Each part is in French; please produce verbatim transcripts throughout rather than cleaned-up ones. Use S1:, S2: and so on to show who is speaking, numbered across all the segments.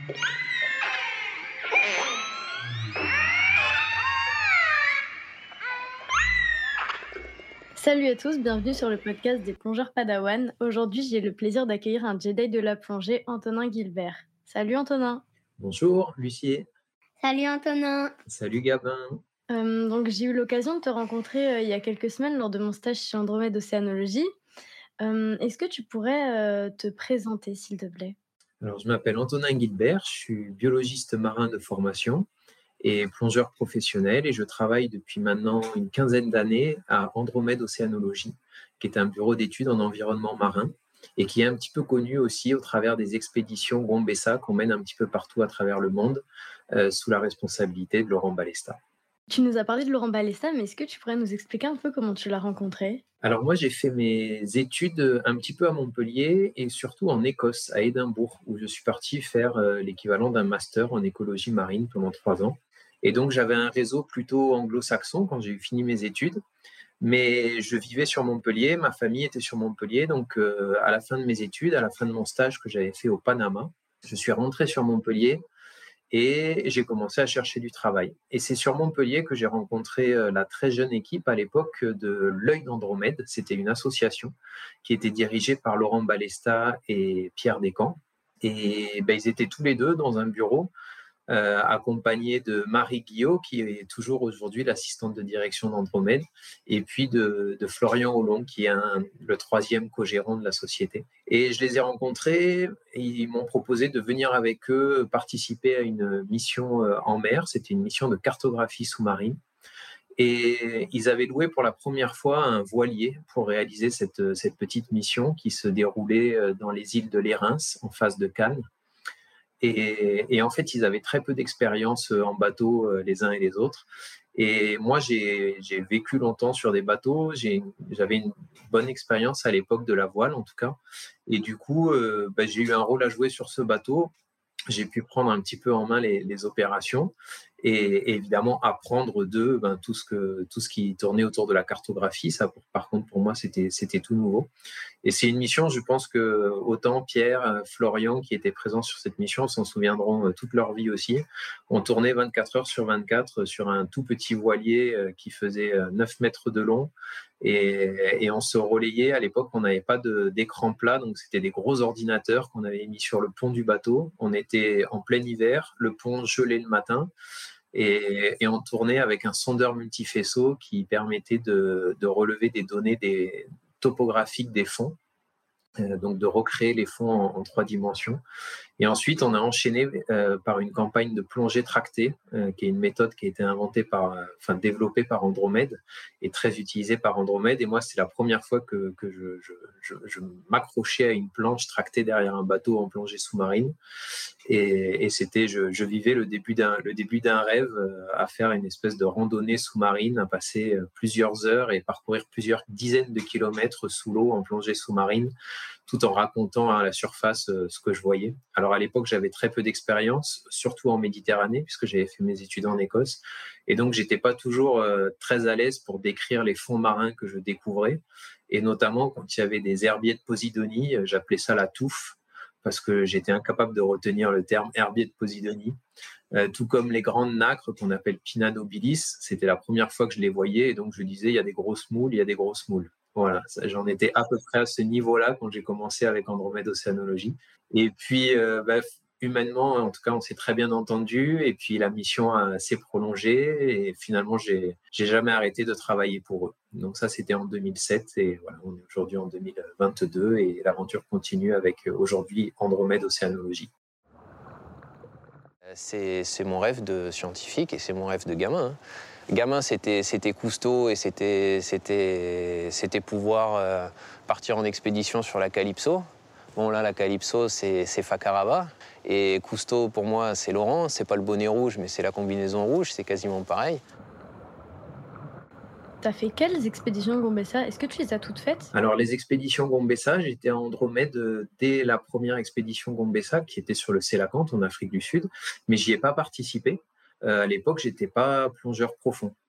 S1: Salut à tous, bienvenue sur le podcast des plongeurs Padawan. Aujourd'hui, j'ai le plaisir d'accueillir un Jedi de la plongée, Antonin Guilbert. Salut Antonin.
S2: Bonjour Lucie.
S3: Salut Antonin.
S2: Salut Gabin.
S1: Euh, donc, j'ai eu l'occasion de te rencontrer euh, il y a quelques semaines lors de mon stage chez Andromède Océanologie. Euh, est-ce que tu pourrais euh, te présenter, s'il te plaît?
S2: Alors, je m'appelle Antonin Guilbert, je suis biologiste marin de formation et plongeur professionnel et je travaille depuis maintenant une quinzaine d'années à Andromède Océanologie, qui est un bureau d'études en environnement marin et qui est un petit peu connu aussi au travers des expéditions Gombessa qu'on mène un petit peu partout à travers le monde euh, sous la responsabilité de Laurent Balesta.
S1: Tu nous as parlé de Laurent Balesta, mais est-ce que tu pourrais nous expliquer un peu comment tu l'as rencontré?
S2: Alors moi, j'ai fait mes études un petit peu à Montpellier et surtout en Écosse, à Édimbourg, où je suis parti faire euh, l'équivalent d'un master en écologie marine pendant trois ans. Et donc, j'avais un réseau plutôt anglo-saxon quand j'ai eu fini mes études. Mais je vivais sur Montpellier, ma famille était sur Montpellier. Donc, euh, à la fin de mes études, à la fin de mon stage que j'avais fait au Panama, je suis rentré sur Montpellier et j'ai commencé à chercher du travail. Et c'est sur Montpellier que j'ai rencontré la très jeune équipe à l'époque de l'Œil d'Andromède. C'était une association qui était dirigée par Laurent Balesta et Pierre Descamps. Et ben, ils étaient tous les deux dans un bureau, euh, accompagnée de Marie Guillot, qui est toujours aujourd'hui l'assistante de direction d'Andromède, et puis de, de Florian Hollon, qui est un, le troisième co-gérant de la société. Et je les ai rencontrés, et ils m'ont proposé de venir avec eux participer à une mission en mer. C'était une mission de cartographie sous-marine. Et ils avaient loué pour la première fois un voilier pour réaliser cette, cette petite mission qui se déroulait dans les îles de Lérins, en face de Cannes. Et, et en fait, ils avaient très peu d'expérience en bateau les uns et les autres. Et moi, j'ai, j'ai vécu longtemps sur des bateaux. J'ai, j'avais une bonne expérience à l'époque de la voile, en tout cas. Et du coup, euh, bah, j'ai eu un rôle à jouer sur ce bateau. J'ai pu prendre un petit peu en main les, les opérations et, et évidemment apprendre d'eux ben, tout, ce que, tout ce qui tournait autour de la cartographie. Ça, par contre, pour moi, c'était, c'était tout nouveau. Et c'est une mission, je pense que autant Pierre, Florian, qui étaient présents sur cette mission, s'en souviendront toute leur vie aussi. On tournait vingt-quatre heures sur vingt-quatre sur un tout petit voilier qui faisait neuf mètres de long. Et, et on se relayait. À l'époque, on n'avait pas de, d'écran plat, donc c'était des gros ordinateurs qu'on avait mis sur le pont du bateau. On était en plein hiver, le pont gelé le matin. Et, et on tournait avec un sondeur multifaisceau qui permettait de, de relever des données des, topographiques des fonds, euh, donc de recréer les fonds en, en trois dimensions. Et ensuite, on a enchaîné euh, par une campagne de plongée tractée, euh, qui est une méthode qui a été inventée par, euh, enfin développée par Andromède et très utilisée par Andromède. Et moi, c'est la première fois que, que je, je, je, je m'accrochais à une planche tractée derrière un bateau en plongée sous-marine. Et, et c'était, je, je vivais le début d'un, le début d'un rêve euh, à faire une espèce de randonnée sous-marine, à passer euh, plusieurs heures et parcourir plusieurs dizaines de kilomètres sous l'eau en plongée sous-marine, tout en racontant à la surface euh, ce que je voyais. Alors à l'époque, j'avais très peu d'expérience, surtout en Méditerranée, puisque j'avais fait mes études en Écosse. Et donc, j'étais pas toujours euh, très à l'aise pour décrire les fonds marins que je découvrais. Et notamment, quand il y avait des herbiers de Posidonie, euh, j'appelais ça la touffe, parce que j'étais incapable de retenir le terme herbier de Posidonie. Euh, tout comme les grandes nacres qu'on appelle Pinna nobilis, c'était la première fois que je les voyais. Et donc, je disais, il y a des grosses moules, il y a des grosses moules. Voilà, ça, j'en étais à peu près à ce niveau-là quand j'ai commencé avec Andromède Océanologie. Et puis, euh, bah, humainement, en tout cas, on s'est très bien entendu. Et puis, la mission s'est prolongée. Et finalement, j'ai, j'ai jamais arrêté de travailler pour eux. Donc ça, c'était en deux mille sept. Et voilà, on est aujourd'hui en deux mille vingt-deux. Et l'aventure continue avec aujourd'hui Andromède Océanologie.
S4: C'est, c'est mon rêve de scientifique et c'est mon rêve de gamin. Hein. Gamin, c'était, c'était Cousteau et c'était, c'était, c'était pouvoir euh, partir en expédition sur la Calypso. Bon, là, la Calypso, c'est, c'est Fakarava. Et Cousteau, pour moi, c'est Laurent. C'est pas le bonnet rouge, mais c'est la combinaison rouge. C'est quasiment pareil.
S1: Tu as fait quelles expéditions Gombessa? Est-ce que tu les as toutes faites?
S2: Alors, les expéditions Gombessa, j'étais à Andromède dès la première expédition Gombessa, qui était sur le Sélacanthe, en Afrique du Sud, mais j'y ai pas participé. Euh, à l'époque, j'étais pas plongeur profond.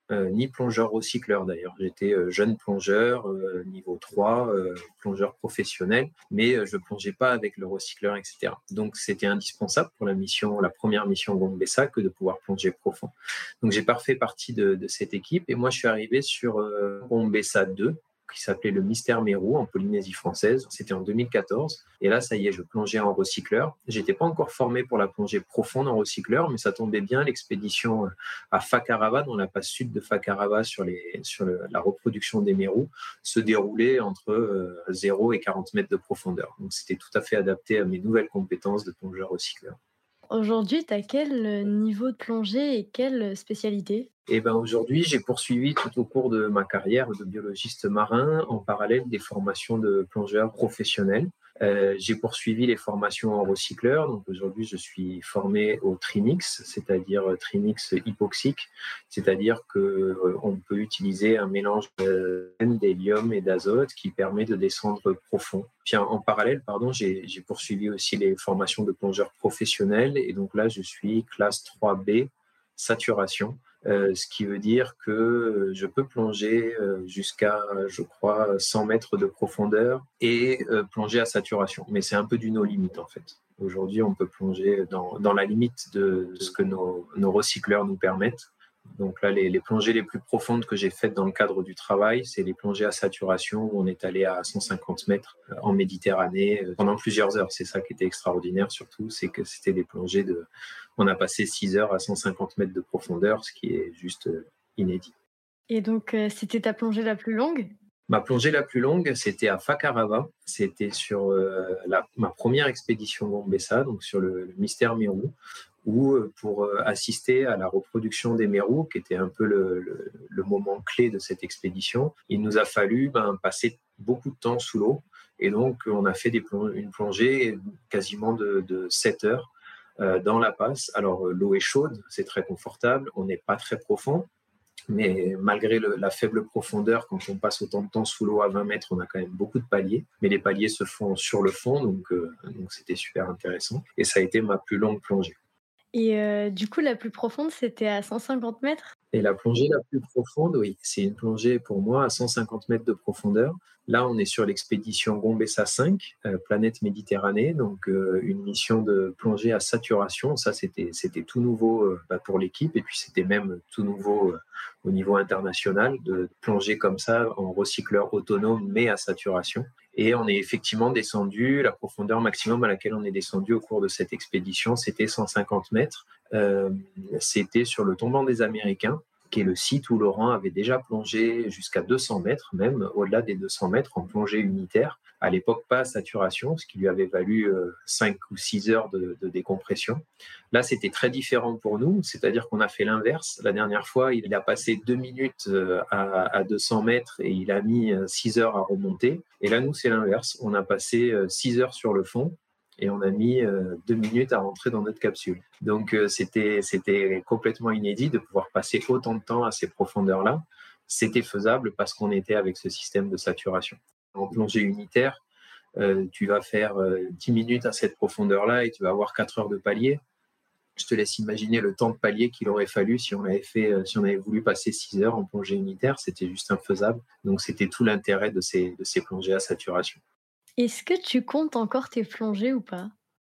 S2: euh, ni plongeur recycleur d'ailleurs. J'étais euh, jeune plongeur, euh, niveau trois, euh, plongeur professionnel, mais euh, je plongeais pas avec le recycleur, et cetera. Donc c'était indispensable pour la mission, la première mission Gombessa, que de pouvoir plonger profond. Donc j'ai pas fait partie de, de cette équipe et moi je suis arrivé sur euh, Gombessa deux, qui s'appelait le Mystère Mérou en Polynésie française. C'était en deux mille quatorze. Et là, ça y est, je plongeais en recycleur. J'étais pas encore formé pour la plongée profonde en recycleur, mais ça tombait bien. L'expédition à Fakarava, dans la passe sud de Fakarava, sur, les, sur le, la reproduction des mérous, se déroulait entre euh, zéro et quarante mètres de profondeur. Donc, c'était tout à fait adapté à mes nouvelles compétences de plongeur recycleur.
S1: Aujourd'hui, tu as quel niveau de plongée et quelle spécialité?
S2: Et ben aujourd'hui, j'ai poursuivi tout au cours de ma carrière de biologiste marin en parallèle des formations de plongeur professionnel. Euh, j'ai poursuivi les formations en recycleur. Donc aujourd'hui, je suis formé au Trimix, c'est-à-dire Trimix hypoxique, c'est-à-dire que euh, on peut utiliser un mélange d'hélium et d'azote qui permet de descendre profond. Puis en, en parallèle, pardon, j'ai, j'ai poursuivi aussi les formations de plongeur professionnel et donc là, je suis classe trois B, saturation. Euh, ce qui veut dire que je peux plonger euh, jusqu'à, je crois, cent mètres de profondeur et euh, plonger à saturation. Mais c'est un peu du no limite, en fait. Aujourd'hui, on peut plonger dans, dans la limite de ce que nos, nos recycleurs nous permettent. Donc là, les, les plongées les plus profondes que j'ai faites dans le cadre du travail, c'est les plongées à saturation où on est allé à cent cinquante mètres en Méditerranée pendant plusieurs heures. C'est ça qui était extraordinaire surtout, c'est que c'était des plongées de... On a passé six heures à cent cinquante mètres de profondeur, ce qui est juste inédit.
S1: Et donc, euh, c'était ta plongée la plus longue?
S2: Ma plongée la plus longue, c'était à Fakarava. C'était sur euh, la, ma première expédition Gombessa, donc sur le, le Mystère Mérou, où pour euh, assister à la reproduction des mérous, qui était un peu le, le, le moment clé de cette expédition, il nous a fallu ben, passer beaucoup de temps sous l'eau. Et donc, on a fait des plong- une plongée quasiment de, de sept heures euh, dans la passe. Alors, l'eau est chaude, c'est très confortable, on n'est pas très profond. Mais malgré le, la faible profondeur, quand on passe autant de temps sous l'eau à vingt mètres, on a quand même beaucoup de paliers. Mais les paliers se font sur le fond, donc, euh, donc c'était super intéressant. Et ça a été ma plus longue plongée.
S1: Et euh, du coup, la plus profonde, c'était à cent cinquante mètres?
S2: Et la plongée la plus profonde, oui, c'est une plongée pour moi à cent cinquante mètres de profondeur. Là, on est sur l'expédition Gombessa cinq, euh, planète Méditerranée, donc euh, une mission de plongée à saturation. Ça, c'était, c'était tout nouveau euh, bah, pour l'équipe, et puis c'était même tout nouveau euh, au niveau international de plonger comme ça en recycleur autonome, mais à saturation. Et on est effectivement descendu, la profondeur maximum à laquelle on est descendu au cours de cette expédition, c'était cent cinquante mètres. Euh, c'était sur le tombant des Américains, qui est le site où Laurent avait déjà plongé jusqu'à deux cents mètres, même au-delà des deux cents mètres en plongée unitaire. À l'époque, pas à saturation, ce qui lui avait valu euh, cinq ou six heures de, de décompression. Là, c'était très différent pour nous, c'est-à-dire qu'on a fait l'inverse. La dernière fois, il a passé deux minutes euh, à, à deux cents mètres et il a mis euh, six heures à remonter. Et là, nous, c'est l'inverse. On a passé euh, six heures sur le fond et on a mis euh, deux minutes à rentrer dans notre capsule. Donc, euh, c'était, c'était complètement inédit de pouvoir passer autant de temps à ces profondeurs-là. C'était faisable parce qu'on était avec ce système de saturation. En plongée unitaire, euh, tu vas faire euh, dix minutes à cette profondeur-là et tu vas avoir quatre heures de palier. Je te laisse imaginer le temps de palier qu'il aurait fallu si on avait fait, euh, si on avait voulu passer six heures en plongée unitaire. C'était juste infaisable. Donc, c'était tout l'intérêt de ces, de ces plongées à saturation.
S1: Est-ce que tu comptes encore tes plongées ou pas?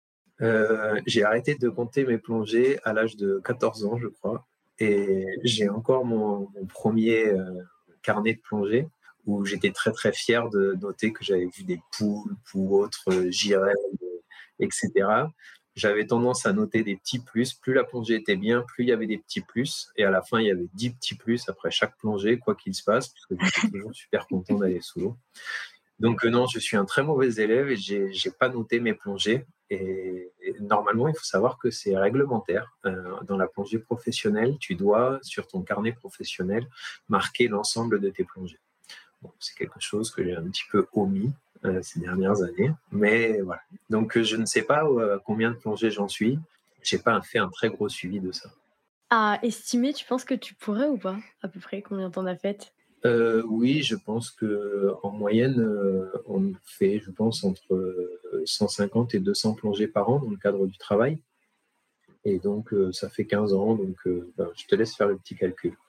S2: Euh, j'ai arrêté de compter mes plongées à l'âge de quatorze ans, je crois. Et j'ai encore mon, mon premier euh, carnet de plongée où j'étais très très fier de noter que j'avais vu des poulpes ou autres euh, girelles, et cetera. J'avais tendance à noter des petits plus. Plus la plongée était bien, plus il y avait des petits plus. Et à la fin, il y avait dix petits plus après chaque plongée, quoi qu'il se passe, parce que j'étais toujours super content d'aller sous l'eau. Donc euh, non, je suis un très mauvais élève et j'ai j'ai pas noté mes plongées. Et, et normalement, il faut savoir que c'est réglementaire. Euh, dans la plongée professionnelle, tu dois, sur ton carnet professionnel, marquer l'ensemble de tes plongées. Bon, c'est quelque chose que j'ai un petit peu omis euh, ces dernières années. Mais voilà. Donc euh, je ne sais pas euh, combien de plongées j'en suis. J'ai pas fait un très gros suivi de ça.
S1: À estimer, tu penses que tu pourrais ou pas? À peu près combien t'en as faites?
S2: Euh, oui, je pense que en moyenne, euh, on fait, je pense, entre euh, cent cinquante et deux cents plongées par an dans le cadre du travail. Et donc, euh, ça fait quinze ans. Donc, euh, ben, je te laisse faire le petit calcul.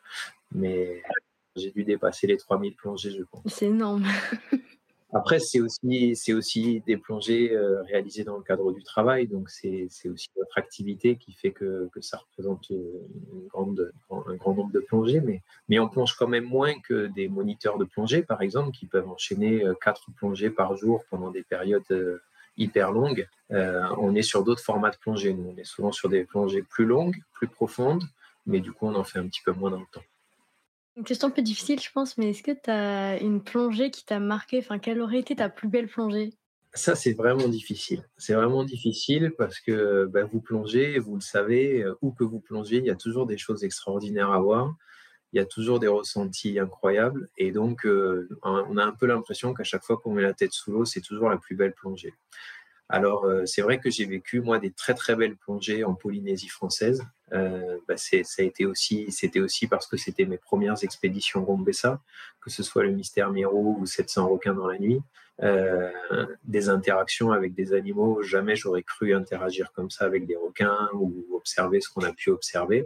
S2: Mais j'ai dû dépasser les trois mille plongées, je pense.
S1: C'est énorme.
S2: Après, c'est aussi, c'est aussi des plongées euh, réalisées dans le cadre du travail, donc c'est, c'est aussi notre activité qui fait que, que ça représente une grande, un grand nombre de plongées, mais, mais on plonge quand même moins que des moniteurs de plongée, par exemple, qui peuvent enchaîner euh, quatre plongées par jour pendant des périodes euh, hyper longues. Euh, on est sur d'autres formats de plongée, nous, on est souvent sur des plongées plus longues, plus profondes, mais du coup, on en fait un petit peu moins dans le temps.
S1: Une question un peu difficile, je pense, mais est-ce que tu as une plongée qui t'a marqué? Enfin, quelle aurait été ta plus belle plongée?
S2: Ça, c'est vraiment difficile. C'est vraiment difficile parce que bah, vous plongez, vous le savez, euh, où que vous plongiez, il y a toujours des choses extraordinaires à voir. Il y a toujours des ressentis incroyables. Et donc, euh, on a un peu l'impression qu'à chaque fois qu'on met la tête sous l'eau, c'est toujours la plus belle plongée. Alors, euh, c'est vrai que j'ai vécu, moi, des très, très belles plongées en Polynésie française. Euh, bah, c'est, ça a été aussi, c'était aussi parce que c'était mes premières expéditions Rombessa, que ce soit le Mystère Miro ou sept cents requins dans la nuit. Euh, des interactions avec des animaux, jamais j'aurais cru interagir comme ça avec des requins ou observer ce qu'on a pu observer.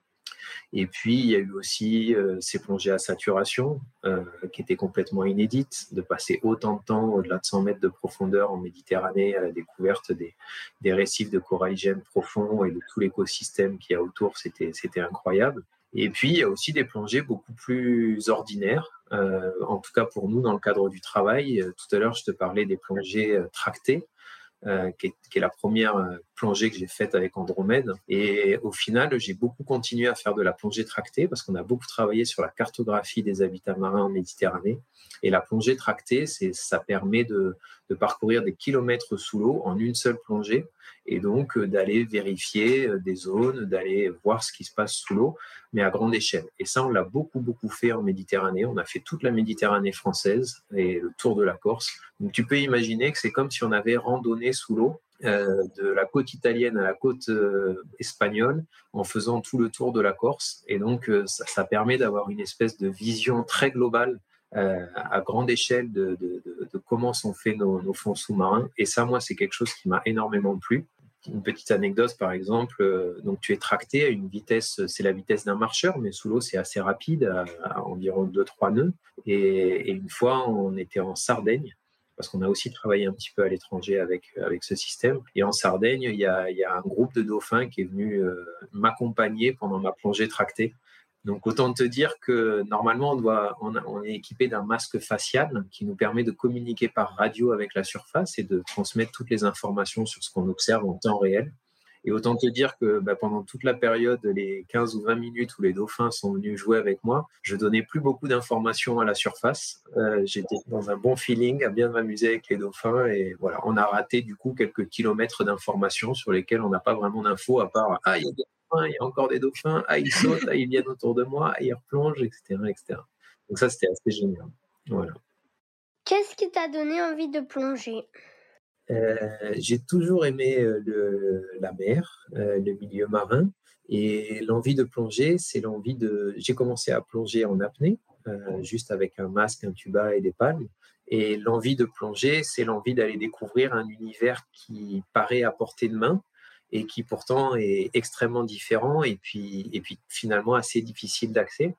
S2: Et puis, il y a eu aussi euh, ces plongées à saturation, euh, qui étaient complètement inédites, de passer autant de temps, au-delà de cent mètres de profondeur en Méditerranée, à la découverte des, des récifs de coralligènes profonds et de tout l'écosystème qu'il y a autour, c'était, c'était incroyable. Et puis, il y a aussi des plongées beaucoup plus ordinaires, euh, en tout cas pour nous, dans le cadre du travail. Euh, tout à l'heure, je te parlais des plongées euh, tractées. Euh, qui, est, qui est la première euh, plongée que j'ai faite avec Andromède. Et au final, j'ai beaucoup continué à faire de la plongée tractée parce qu'on a beaucoup travaillé sur la cartographie des habitats marins en Méditerranée. Et la plongée tractée, c'est, ça permet de, de parcourir des kilomètres sous l'eau en une seule plongée et donc euh, d'aller vérifier euh, des zones, d'aller voir ce qui se passe sous l'eau, mais à grande échelle. Et ça, on l'a beaucoup, beaucoup fait en Méditerranée. On a fait toute la Méditerranée française et le tour de la Corse. Donc tu peux imaginer que c'est comme si on avait randonné sous l'eau euh, de la côte italienne à la côte euh, espagnole en faisant tout le tour de la Corse. Et donc euh, ça, ça permet d'avoir une espèce de vision très globale euh, à grande échelle de, de, de, de comment sont faits nos, nos fonds sous-marins. Et ça, moi, c'est quelque chose qui m'a énormément plu. Une petite anecdote, par exemple, euh, donc tu es tracté à une vitesse, c'est la vitesse d'un marcheur, mais sous l'eau, c'est assez rapide, à, à environ deux trois nœuds. Et, et une fois, on était en Sardaigne, parce qu'on a aussi travaillé un petit peu à l'étranger avec, avec ce système. Et en Sardaigne, il y a, il y a un groupe de dauphins qui est venu euh, m'accompagner pendant ma plongée tractée. Donc, autant te dire que normalement, on, doit, on, a, on est équipé d'un masque facial qui nous permet de communiquer par radio avec la surface et de transmettre toutes les informations sur ce qu'on observe en temps réel. Et autant te dire que bah, pendant toute la période, les quinze ou vingt minutes où les dauphins sont venus jouer avec moi, je donnais plus beaucoup d'informations à la surface. Euh, j'étais dans un bon feeling, à bien m'amuser avec les dauphins. Et voilà, on a raté du coup quelques kilomètres d'informations sur lesquels on n'a pas vraiment d'infos à part « Ah, il y a des dauphins, il y a encore des dauphins, ah, ils sautent, ah, ils viennent autour de moi, ah, ils replongent, et cetera et cetera » Donc ça, c'était assez génial. Voilà.
S3: Qu'est-ce qui t'a donné envie de plonger?
S2: Euh, j'ai toujours aimé euh, le, la mer, euh, le milieu marin, et l'envie de plonger, c'est l'envie de. J'ai commencé à plonger en apnée, euh, juste avec un masque, un tuba et des palmes. Et l'envie de plonger, c'est l'envie d'aller découvrir un univers qui paraît à portée de main et qui pourtant est extrêmement différent et puis, et puis finalement assez difficile d'accès.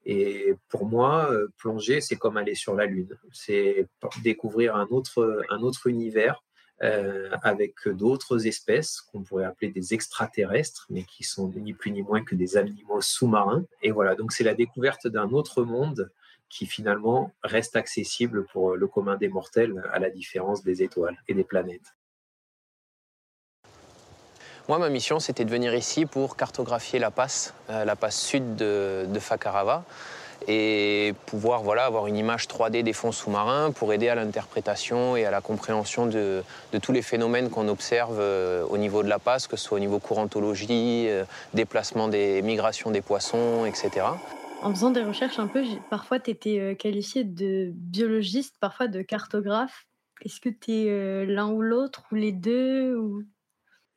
S2: Et pour moi, euh, plonger, c'est comme aller sur la Lune. C'est découvrir un autre, un autre univers euh, avec d'autres espèces qu'on pourrait appeler des extraterrestres, mais qui sont ni plus ni moins que des animaux sous-marins. Et voilà, donc c'est la découverte d'un autre monde qui finalement reste accessible pour le commun des mortels, à la différence des étoiles et des planètes.
S4: Moi, ma mission, c'était de venir ici pour cartographier la passe, euh, la passe sud de, de Fakarava, et pouvoir voilà, avoir une image trois D des fonds sous-marins pour aider à l'interprétation et à la compréhension de, de tous les phénomènes qu'on observe euh, au niveau de la passe, que ce soit au niveau courantologie, euh, déplacement des migrations des poissons, et cetera.
S1: En faisant des recherches un peu, j'ai parfois tu étais, heu, qualifié de biologiste, parfois de cartographe. Est-ce que tu es, heu, l'un ou l'autre ou les deux ou?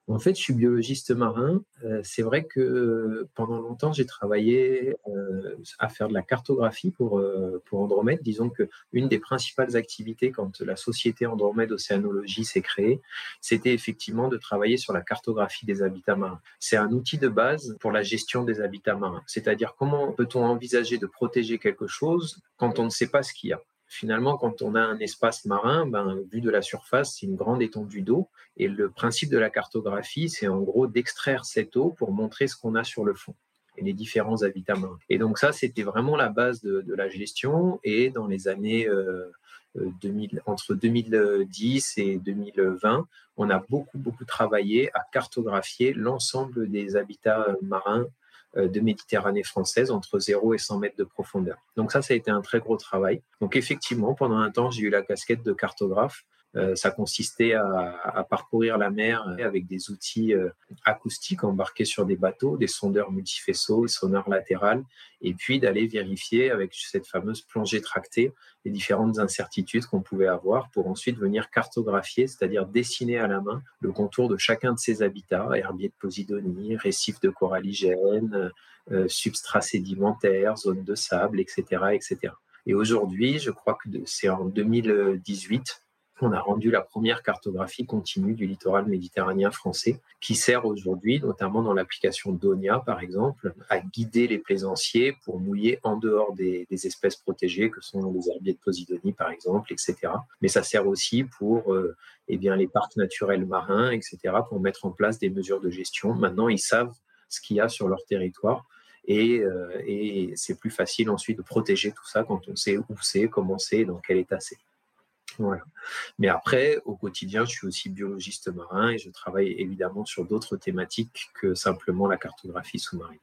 S2: En fait, je suis biologiste marin. Heu, c'est vrai que, heu, pendant longtemps, j'ai travaillé, heu, à faire de la cartographie pour, heu, pour Andromède. Disons qu'une des principales activités quand la société Andromède Océanologie s'est créée, c'était effectivement de travailler sur la cartographie des habitats marins. C'est un outil de base pour la gestion des habitats marins. C'est-à-dire comment peut-on envisager de protéger quelque chose quand on ne sait pas ce qu'il y a? Finalement, quand on a un espace marin, ben, vu de la surface, c'est une grande étendue d'eau. Et le principe de la cartographie, c'est en gros d'extraire cette eau pour montrer ce qu'on a sur le fond et les différents habitats marins. Et donc ça, c'était vraiment la base de, de la gestion. Et dans les années euh, deux mille, entre deux mille dix et deux mille vingt, on a beaucoup, beaucoup travaillé à cartographier l'ensemble des habitats marins de Méditerranée française entre zéro et cent mètres de profondeur. Donc ça, ça a été un très gros travail. Donc effectivement, pendant un temps, j'ai eu la casquette de cartographe. Euh, ça consistait à, à parcourir la mer avec des outils euh, acoustiques embarqués sur des bateaux, des sondeurs multifaisceaux, des sonars latérales, et puis d'aller vérifier avec cette fameuse plongée tractée les différentes incertitudes qu'on pouvait avoir pour ensuite venir cartographier, c'est-à-dire dessiner à la main le contour de chacun de ces habitats, herbiers de Posidonie, récifs de coralligènes, euh, substrats sédimentaires, zones de sable, et cetera, et cetera. Et aujourd'hui, je crois que c'est en deux mille dix-huit, on a rendu la première cartographie continue du littoral méditerranéen français, qui sert aujourd'hui, notamment dans l'application Donia, par exemple, à guider les plaisanciers pour mouiller en dehors des, des espèces protégées, que sont les herbiers de Posidonie, par exemple, et cetera. Mais ça sert aussi pour euh, eh bien, les parcs naturels marins, et cetera, pour mettre en place des mesures de gestion. Maintenant, ils savent ce qu'il y a sur leur territoire. Et, euh, et c'est plus facile ensuite de protéger tout ça quand on sait où c'est, comment c'est, dans quel état c'est. Voilà. Mais après, au quotidien, je suis aussi biologiste marin et je travaille évidemment sur d'autres thématiques que simplement la cartographie sous-marine.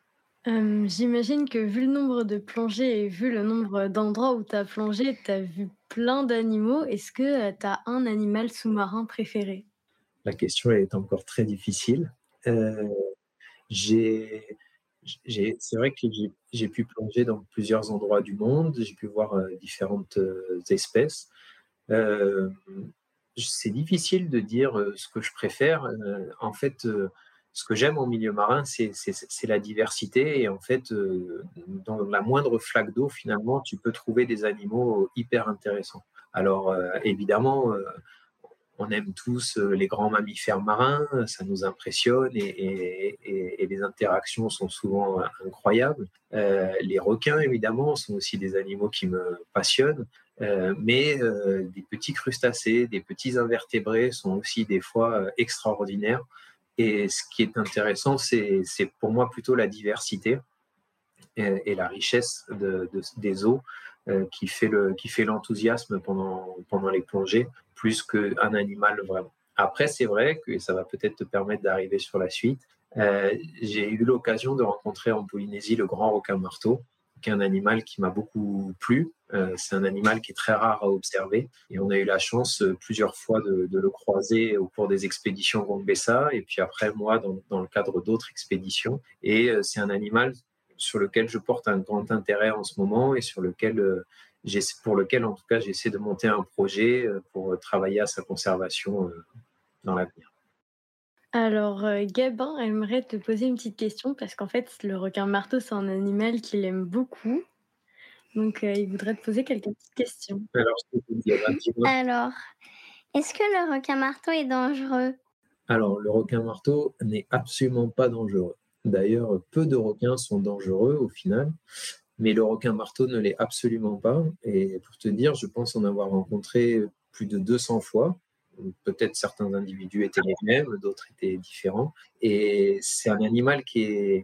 S1: Hem, j'imagine que vu le nombre de plongées et vu le nombre d'endroits où tu as plongé, tu as vu plein d'animaux. Est-ce que, heu, tu as un animal sous-marin préféré?
S2: La question est encore très difficile. Euh, j'ai, j'ai, c'est vrai que j'ai, j'ai pu plonger dans plusieurs endroits du monde, j'ai pu voir euh, différentes euh, espèces. Euh, c'est difficile de dire euh, ce que je préfère. Euh, en fait, euh, ce que j'aime en milieu marin, c'est, c'est, c'est la diversité. Et en fait, euh, dans la moindre flaque d'eau, finalement, tu peux trouver des animaux hyper intéressants. Alors, euh, évidemment, euh, on aime tous euh, les grands mammifères marins, ça nous impressionne et, et, et, et les interactions sont souvent incroyables. Euh, les requins, évidemment, sont aussi des animaux qui me passionnent, euh, mais euh, des petits crustacés, des petits invertébrés sont aussi des fois euh, extraordinaires. Et ce qui est intéressant, c'est, c'est pour moi plutôt la diversité et, et la richesse de, de, des eaux euh, qui fait le, qui fait l'enthousiasme pendant, pendant les plongées, plus qu'un animal vraiment. Après, c'est vrai que ça va peut-être te permettre d'arriver sur la suite. Euh, j'ai eu l'occasion de rencontrer en Polynésie le grand requin-marteau, qui est un animal qui m'a beaucoup plu. Euh, c'est un animal qui est très rare à observer. Et on a eu la chance euh, plusieurs fois de, de le croiser au cours des expéditions Gongbessa, et puis après, moi, dans, dans le cadre d'autres expéditions. Et euh, c'est un animal sur lequel je porte un grand intérêt en ce moment et sur lequel, euh, pour lequel, en tout cas, j'essaie de monter un projet euh, pour travailler à sa conservation euh, dans l'avenir.
S1: Alors, heu, Gabin aimerait te poser une petite question parce qu'en fait, le requin-marteau, c'est un animal qu'il aime beaucoup. Donc, heu, il voudrait te poser quelques petites questions.
S2: Alors, je peux te dire, un petit mot.
S3: Alors, est-ce que le requin-marteau est dangereux?
S2: Alors, le requin-marteau n'est absolument pas dangereux. D'ailleurs, peu de requins sont dangereux au final, mais le requin-marteau ne l'est absolument pas. Et pour te dire, je pense en avoir rencontré plus de deux cents fois. Peut-être certains individus étaient les mêmes, d'autres étaient différents. Et c'est un animal qui est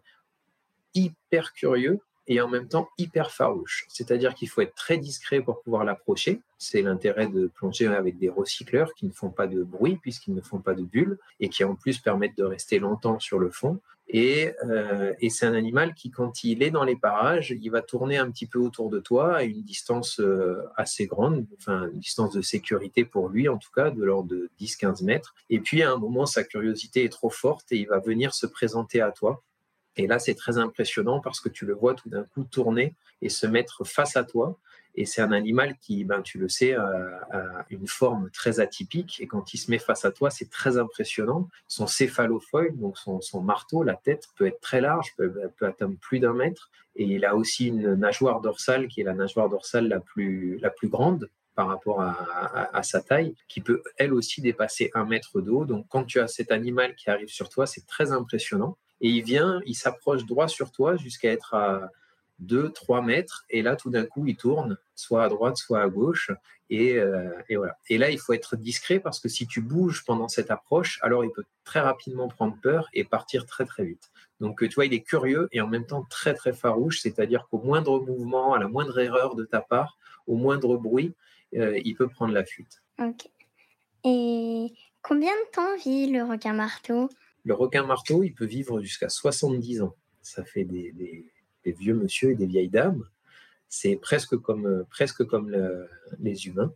S2: hyper curieux et en même temps hyper farouche. C'est-à-dire qu'il faut être très discret pour pouvoir l'approcher. C'est l'intérêt de plonger avec des recycleurs qui ne font pas de bruit puisqu'ils ne font pas de bulles et qui en plus permettent de rester longtemps sur le fond. Et, euh, et c'est un animal qui, quand il est dans les parages, il va tourner un petit peu autour de toi à une distance euh, assez grande, enfin une distance de sécurité pour lui en tout cas, de l'ordre de dix à quinze mètres. Et puis à un moment, sa curiosité est trop forte et il va venir se présenter à toi. Et là, c'est très impressionnant parce que tu le vois tout d'un coup tourner et se mettre face à toi. Et c'est un animal qui, ben, tu le sais, a, a une forme très atypique. Et quand il se met face à toi, c'est très impressionnant. Son céphalofoil, donc son, son marteau, la tête peut être très large, peut, peut atteindre plus d'un mètre. Et il a aussi une nageoire dorsale qui est la nageoire dorsale la plus, la plus grande par rapport à, à, à sa taille, qui peut elle aussi dépasser un mètre de haut. Donc quand tu as cet animal qui arrive sur toi, c'est très impressionnant. Et il vient, il s'approche droit sur toi jusqu'à être à deux, trois mètres. Et là, tout d'un coup, il tourne, soit à droite, soit à gauche. Et, euh, et voilà. Et là, il faut être discret parce que si tu bouges pendant cette approche, alors il peut très rapidement prendre peur et partir très, très vite. Donc, tu vois, il est curieux et en même temps très, très farouche. C'est-à-dire qu'au moindre mouvement, à la moindre erreur de ta part, au moindre bruit, euh, il peut prendre la fuite.
S3: Ok. Et combien de temps vit le requin marteau?
S2: Le requin marteau, il peut vivre jusqu'à soixante-dix ans. Ça fait des, des, des vieux monsieur et des vieilles dames. C'est presque comme, presque comme le, les humains.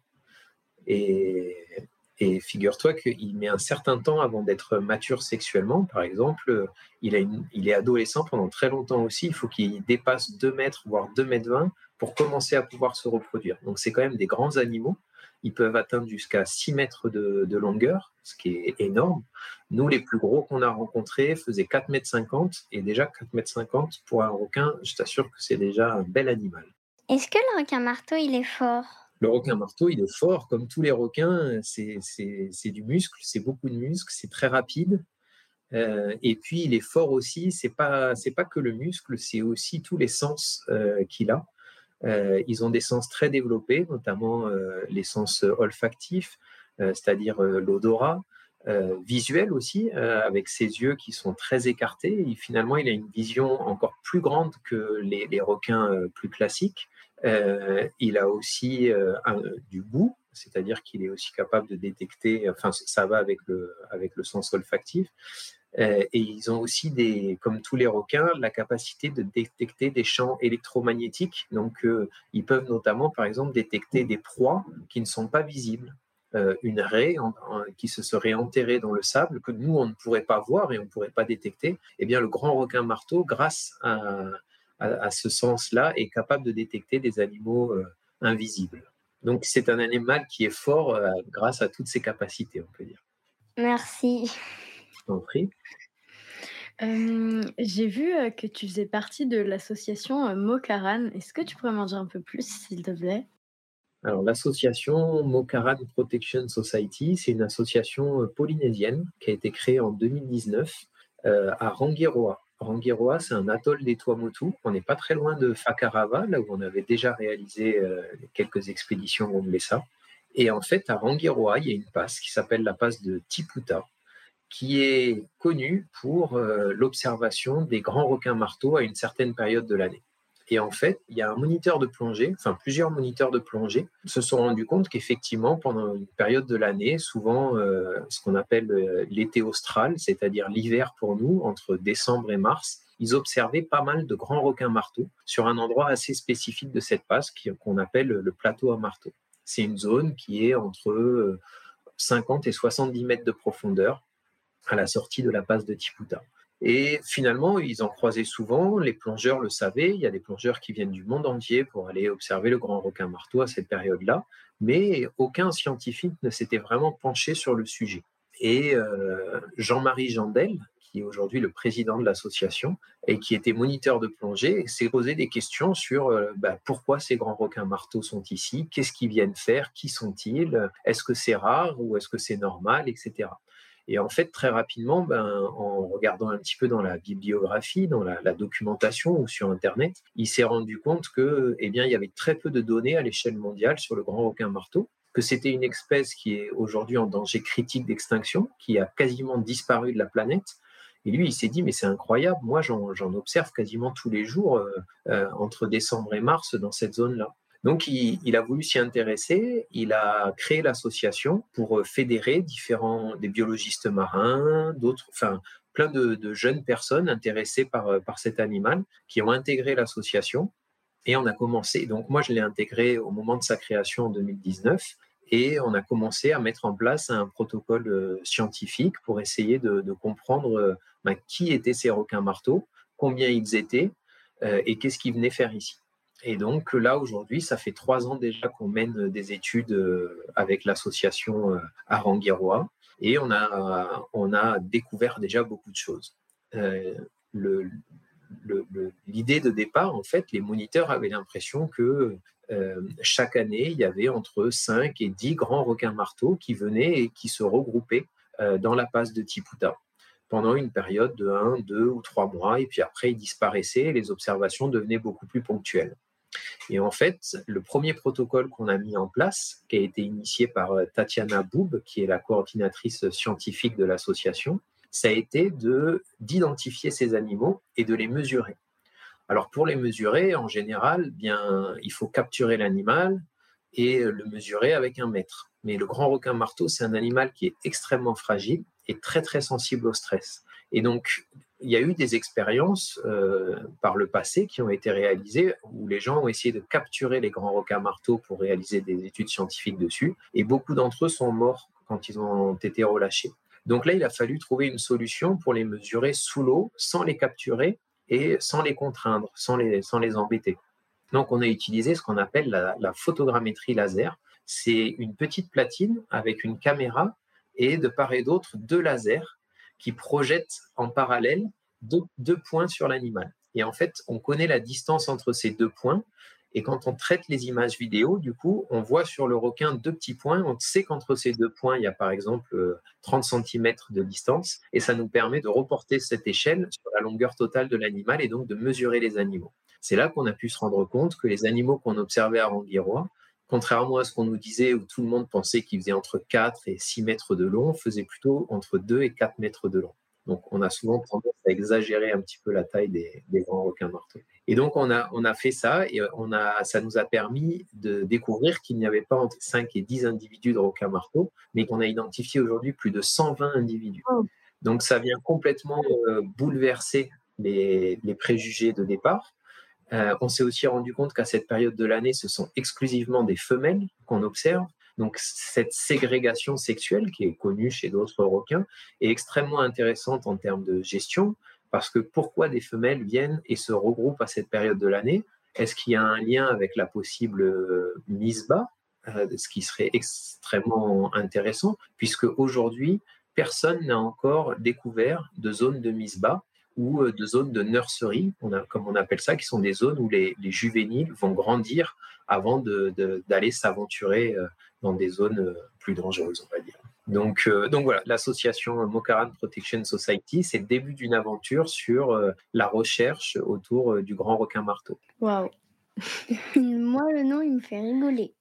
S2: Et, et figure-toi qu'il met un certain temps avant d'être mature sexuellement. Par exemple, il, a une, il est adolescent pendant très longtemps aussi. Il faut qu'il dépasse deux mètres, voire deux mètres vingt pour commencer à pouvoir se reproduire. Donc, c'est quand même des grands animaux. Ils peuvent atteindre jusqu'à six mètres de, de longueur, ce qui est énorme. Nous, les plus gros qu'on a rencontrés faisaient quatre mètres cinquante. Et déjà, quatre mètres cinquante pour un requin, je t'assure que c'est déjà un bel animal.
S3: Est-ce que le requin marteau, il est fort?
S2: Le requin marteau, il est fort. Comme tous les requins, c'est, c'est, c'est du muscle, c'est beaucoup de muscle, c'est très rapide. Euh, et puis, il est fort aussi. C'est pas, c'est pas que le muscle, c'est aussi tous les sens euh, qu'il a. Euh, ils ont des sens très développés, notamment euh, les sens olfactifs, euh, c'est-à-dire euh, l'odorat, euh, visuel aussi, euh, avec ses yeux qui sont très écartés. Et finalement, il a une vision encore plus grande que les, les requins euh, plus classiques. Euh, il a aussi euh, un, du goût, c'est-à-dire qu'il est aussi capable de détecter, enfin ça va avec le, avec le sens olfactif. Euh, et ils ont aussi, des, comme tous les requins, la capacité de détecter des champs électromagnétiques. Donc, euh, ils peuvent notamment, par exemple, détecter des proies qui ne sont pas visibles. Euh, une raie en, en, qui se serait enterrée dans le sable, que nous, on ne pourrait pas voir et on ne pourrait pas détecter. Eh bien, le grand requin marteau, grâce à, à, à ce sens-là, est capable de détecter des animaux euh, invisibles. Donc, c'est un animal qui est fort euh, grâce à toutes ses capacités, on peut dire.
S3: Merci.
S2: Je t'en prie.
S1: Euh, j'ai vu euh, que tu faisais partie de l'association euh, Mokaran. Est-ce que tu pourrais m'en dire un peu plus, s'il te plaît?
S2: Alors, l'association Mokaran Protection Society, c'est une association polynésienne qui a été créée en deux mille dix-neuf euh, à Rangiroa. Rangiroa, c'est un atoll des Tuamotu. On n'est pas très loin de Whakarava, là où on avait déjà réalisé euh, quelques expéditions au Mlessa. Et en fait, à Rangiroa, il y a une passe qui s'appelle la passe de Tiputa, qui est connue pour euh, l'observation des grands requins marteaux à une certaine période de l'année. Et en fait, il y a un moniteur de plongée, enfin plusieurs moniteurs de plongée, se sont rendus compte qu'effectivement, pendant une période de l'année, souvent euh, ce qu'on appelle euh, l'été austral, c'est-à-dire l'hiver pour nous, entre décembre et mars, ils observaient pas mal de grands requins marteaux sur un endroit assez spécifique de cette passe qu'on appelle le plateau à marteaux. C'est une zone qui est entre cinquante et soixante-dix mètres de profondeur à la sortie de la passe de Tiputa. Et finalement, ils en croisaient souvent, les plongeurs le savaient, il y a des plongeurs qui viennent du monde entier pour aller observer le grand requin marteau à cette période-là, mais aucun scientifique ne s'était vraiment penché sur le sujet. Et euh, Jean-Marie Jandel, qui est aujourd'hui le président de l'association et qui était moniteur de plongée, s'est posé des questions sur euh, bah, pourquoi ces grands requins marteaux sont ici, qu'est-ce qu'ils viennent faire, qui sont-ils, est-ce que c'est rare ou est-ce que c'est normal, et cetera. Et en fait, très rapidement, ben, en regardant un petit peu dans la bibliographie, dans la, la documentation ou sur Internet, il s'est rendu compte que, eh bien, il y avait très peu de données à l'échelle mondiale sur le grand requin marteau, que c'était une espèce qui est aujourd'hui en danger critique d'extinction, qui a quasiment disparu de la planète. Et lui, il s'est dit, mais c'est incroyable, moi, j'en, j'en observe quasiment tous les jours euh, euh, entre décembre et mars dans cette zone-là. Donc, il, il a voulu s'y intéresser. Il a créé l'association pour fédérer différents des biologistes marins, d'autres, enfin, plein de, de jeunes personnes intéressées par, par cet animal qui ont intégré l'association. Et on a commencé. Donc, moi, je l'ai intégré au moment de sa création en deux mille dix-neuf. Et on a commencé à mettre en place un protocole scientifique pour essayer de, de comprendre ben, qui étaient ces requins marteaux, combien ils étaient euh, et qu'est-ce qu'ils venaient faire ici. Et donc là, aujourd'hui, ça fait trois ans déjà qu'on mène des études euh, avec l'association euh, à Ranguirois et on a, on a découvert déjà beaucoup de choses. Euh, le, le, le, l'idée de départ, en fait, les moniteurs avaient l'impression que euh, chaque année, il y avait entre cinq et dix grands requins-marteaux qui venaient et qui se regroupaient euh, dans la passe de Tipouta pendant une période de un, deux ou trois mois, et puis après, ils disparaissaient et les observations devenaient beaucoup plus ponctuelles. Et en fait, le premier protocole qu'on a mis en place, qui a été initié par Tatiana Boub, qui est la coordinatrice scientifique de l'association, ça a été de, d'identifier ces animaux et de les mesurer. Alors pour les mesurer, en général, bien, il faut capturer l'animal et le mesurer avec un mètre. Mais le grand requin marteau, c'est un animal qui est extrêmement fragile et très très sensible au stress. Et donc, il y a eu des expériences euh, par le passé qui ont été réalisées où les gens ont essayé de capturer les grands requins marteaux pour réaliser des études scientifiques dessus. Et beaucoup d'entre eux sont morts quand ils ont été relâchés. Donc là, il a fallu trouver une solution pour les mesurer sous l'eau, sans les capturer et sans les contraindre, sans les, sans les embêter. Donc, on a utilisé ce qu'on appelle la, la photogrammétrie laser. C'est une petite platine avec une caméra et de part et d'autre deux lasers qui projettent en parallèle deux, deux points sur l'animal. Et en fait, on connaît la distance entre ces deux points. Et quand on traite les images vidéo, du coup, on voit sur le requin deux petits points. On sait qu'entre ces deux points, il y a par exemple trente centimètres de distance. Et ça nous permet de reporter cette échelle sur la longueur totale de l'animal et donc de mesurer les animaux. C'est là qu'on a pu se rendre compte que les animaux qu'on observait à Ranguirois, contrairement à ce qu'on nous disait où tout le monde pensait qu'ils faisaient entre quatre et six mètres de long, faisaient plutôt entre deux et quatre mètres de long. Donc, on a souvent tendance à exagérer un petit peu la taille des, des grands requins marteaux. Et donc, on a, on a fait ça et on a, ça nous a permis de découvrir qu'il n'y avait pas entre cinq et dix individus de requins marteaux, mais qu'on a identifié aujourd'hui plus de cent vingt individus. Oh. Donc, ça vient complètement euh, bouleverser les, les préjugés de départ. Euh, on s'est aussi rendu compte qu'à cette période de l'année, ce sont exclusivement des femelles qu'on observe. Donc, cette ségrégation sexuelle qui est connue chez d'autres requins est extrêmement intéressante en termes de gestion parce que pourquoi des femelles viennent et se regroupent à cette période de l'année? Est-ce qu'il y a un lien avec la possible mise bas, euh, ce qui serait extrêmement intéressant puisque aujourd'hui, personne n'a encore découvert de zone de mise bas ou de zones de nursery, on a, comme on appelle ça, qui sont des zones où les, les juvéniles vont grandir avant de, de, d'aller s'aventurer dans des zones plus dangereuses, on va dire. Donc, euh, donc voilà, l'association Mokaran Protection Society, c'est le début d'une aventure sur euh, la recherche autour euh, du grand requin marteau.
S3: Waouh. Moi, le nom, il me fait rigoler.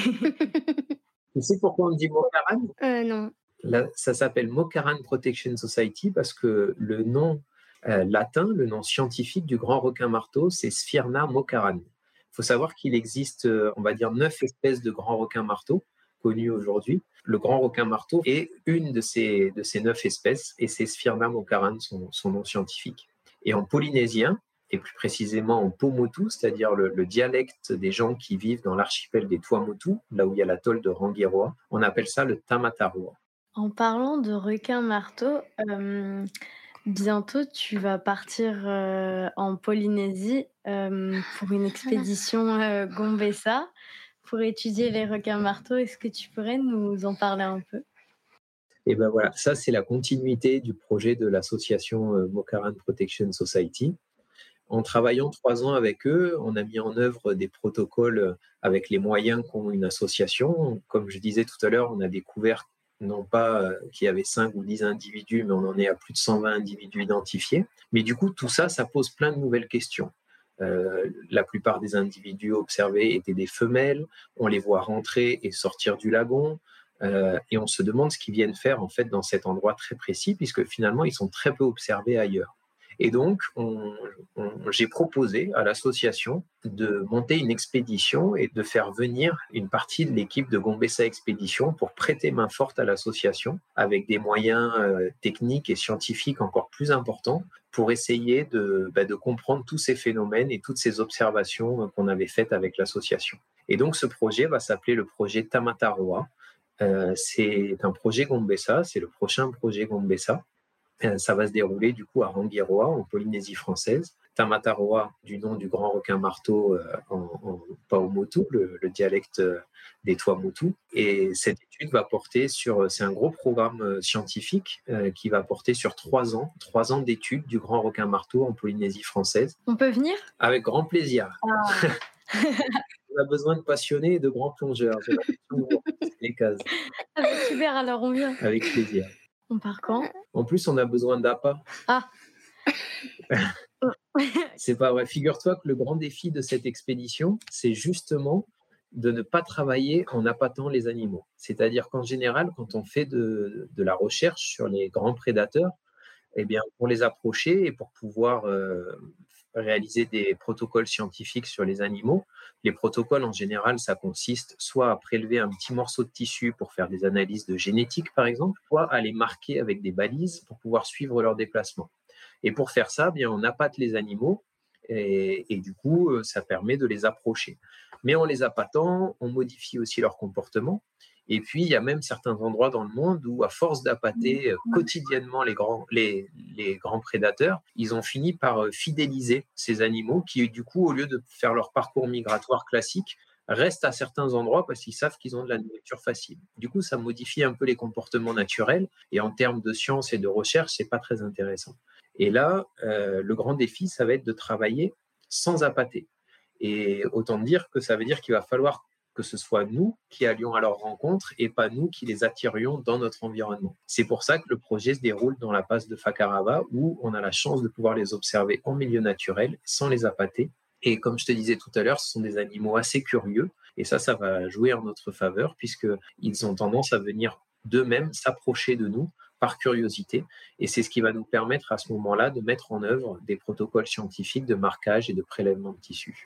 S2: Tu sais pourquoi on dit Mokaran?
S3: Euh, non.
S2: Là, ça s'appelle Mokaran Protection Society parce que le nom Euh, latin, le nom scientifique du grand requin marteau, c'est Sphyrna mokaran. Il faut savoir qu'il existe, euh, on va dire, neuf espèces de grands requins marteaux connues aujourd'hui. Le grand requin marteau est une de ces, de ces neuf espèces et c'est Sphyrna mokaran, son, son nom scientifique. Et en polynésien, et plus précisément en Pomotu, c'est-à-dire le, le dialecte des gens qui vivent dans l'archipel des Tuamotu, là où il y a l'atoll de Rangiroa, on appelle ça le Tamataroa.
S1: En parlant de requin marteau, euh, bientôt tu vas partir euh, en Polynésie euh, pour une expédition euh, Gombessa pour étudier les requins marteaux. Est-ce que tu pourrais nous en parler un peu?
S2: Et ben voilà, ça c'est la continuité du projet de l'association euh, Mokaran Protection Society. En travaillant trois ans avec eux, on a mis en œuvre des protocoles avec les moyens qu'ont une association. Comme je disais tout à l'heure, on a découvert non pas qu'il y avait cinq ou dix individus, mais on en est à plus de cent vingt individus identifiés. Mais du coup, tout ça, ça pose plein de nouvelles questions. Euh, la plupart des individus observés étaient des femelles. On les voit rentrer et sortir du lagon. Euh, et on se demande ce qu'ils viennent faire en fait dans cet endroit très précis, puisque finalement, ils sont très peu observés ailleurs. Et donc, on, on, j'ai proposé à l'association de monter une expédition et de faire venir une partie de l'équipe de Gombessa Expédition pour prêter main forte à l'association avec des moyens euh, techniques et scientifiques encore plus importants pour essayer de, bah, de comprendre tous ces phénomènes et toutes ces observations qu'on avait faites avec l'association. Et donc, ce projet va s'appeler le projet Tamataroa. Euh, c'est un projet Gombessa, c'est le prochain projet Gombessa. Euh, ça va se dérouler du coup à Rangiroa, en Polynésie française. Tamataroa, du nom du grand requin marteau euh, en, en Paumotu, le, le dialecte euh, des Tuamotu. Et cette étude va porter sur, c'est un gros programme euh, scientifique euh, qui va porter sur trois ans, trois ans d'études du grand requin marteau en Polynésie française.
S1: On peut venir?
S2: Avec grand plaisir.
S1: Ah.
S2: On a besoin de passionnés et de grands plongeurs. J'ai l'impression de vous remplacer les cases.
S1: Ah bah super, alors on vient.
S2: Avec plaisir.
S1: On part quand?
S2: En plus, on a besoin d'A P A.
S1: Ah.
S2: C'est pas vrai. Figure-toi que le grand défi de cette expédition, c'est justement de ne pas travailler en appâtant les animaux. C'est-à-dire qu'en général, quand on fait de, de la recherche sur les grands prédateurs, eh bien, pour les approcher et pour pouvoir euh, réaliser des protocoles scientifiques sur les animaux, les protocoles en général, ça consiste soit à prélever un petit morceau de tissu pour faire des analyses de génétique, par exemple, soit à les marquer avec des balises pour pouvoir suivre leur déplacement. Et pour faire ça, eh bien, on appâte les animaux et, et du coup, ça permet de les approcher. Mais en les appâtant, on modifie aussi leur comportement. Et puis, il y a même certains endroits dans le monde où, à force d'appâter quotidiennement les grands, les, les grands prédateurs, ils ont fini par fidéliser ces animaux qui, du coup, au lieu de faire leur parcours migratoire classique, restent à certains endroits parce qu'ils savent qu'ils ont de la nourriture facile. Du coup, ça modifie un peu les comportements naturels et en termes de science et de recherche, c'est pas très intéressant. Et là, euh, le grand défi, ça va être de travailler sans appâter. Et autant dire que ça veut dire qu'il va falloir que ce soit nous qui allions à leur rencontre et pas nous qui les attirions dans notre environnement. C'est pour ça que le projet se déroule dans la passe de Fakarava où on a la chance de pouvoir les observer en milieu naturel sans les appâter. Et comme je te disais tout à l'heure, ce sont des animaux assez curieux et ça, ça va jouer en notre faveur puisqu'ils ont tendance à venir d'eux-mêmes s'approcher de nous par curiosité. Et c'est ce qui va nous permettre à ce moment-là de mettre en œuvre des protocoles scientifiques de marquage et de prélèvement de tissus.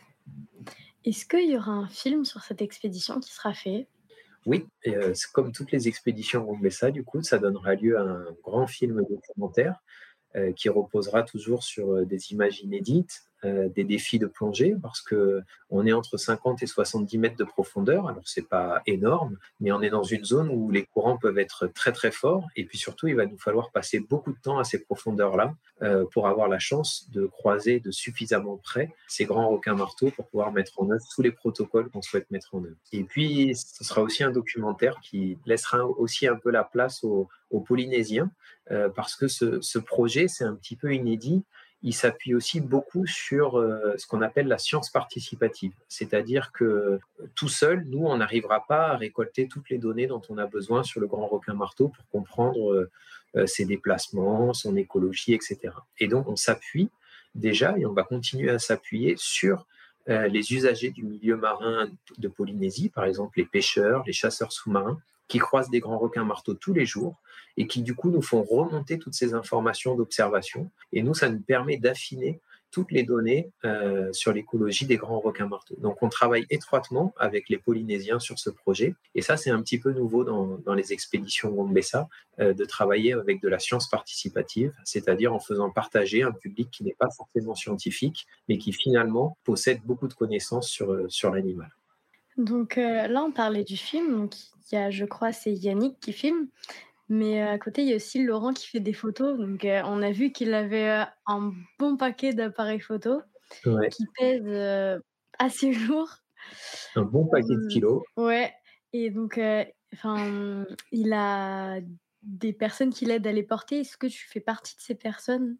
S1: Est-ce qu'il y aura un film sur cette expédition qui sera fait?
S2: Oui, et euh, c'est comme toutes les expéditions Gombessa, du coup, ça donnera lieu à un grand film documentaire euh, qui reposera toujours sur euh, des images inédites, euh, des défis de plongée, parce qu'on est entre cinquante et soixante-dix mètres de profondeur, alors c'est pas énorme, mais on est dans une zone où les courants peuvent être très très forts, et puis surtout, il va nous falloir passer beaucoup de temps à ces profondeurs-là euh, pour avoir la chance de croiser de suffisamment près ces grands requins marteaux pour pouvoir mettre en œuvre tous les protocoles qu'on souhaite mettre en œuvre. Et puis, ce sera aussi un documentaire qui laissera aussi un peu la place aux, aux Polynésiens, euh, parce que ce, ce projet, c'est un petit peu inédit. Il s'appuie aussi beaucoup sur euh, ce qu'on appelle la science participative. C'est-à-dire que tout seul, nous, on n'arrivera pas à récolter toutes les données dont on a besoin sur le grand requin marteau pour comprendre euh, ses déplacements, son écologie, et cetera. Et donc, on s'appuie déjà, et on va continuer à s'appuyer sur euh, les usagers du milieu marin de Polynésie, par exemple les pêcheurs, les chasseurs sous-marins, qui croisent des grands requins marteaux tous les jours et qui, du coup, nous font remonter toutes ces informations d'observation. Et nous, ça nous permet d'affiner toutes les données euh, sur l'écologie des grands requins marteaux. Donc, on travaille étroitement avec les Polynésiens sur ce projet. Et ça, c'est un petit peu nouveau dans, dans les expéditions Gombessa, euh, de travailler avec de la science participative, c'est-à-dire en faisant partager un public qui n'est pas forcément scientifique, mais qui finalement possède beaucoup de connaissances sur, sur l'animal.
S1: Donc euh, là, on parlait du film. Donc il y a, je crois, c'est Yannick qui filme. Mais euh, à côté, il y a aussi Laurent qui fait des photos. Donc euh, on a vu qu'il avait euh, un bon paquet d'appareils photo
S2: Ouais.
S1: qui pèse euh, assez lourd.
S2: Un bon paquet de kilos.
S1: Ouais. Et donc, euh, enfin, il a des personnes qui l'aident à les porter. Est-ce que tu fais partie de ces personnes?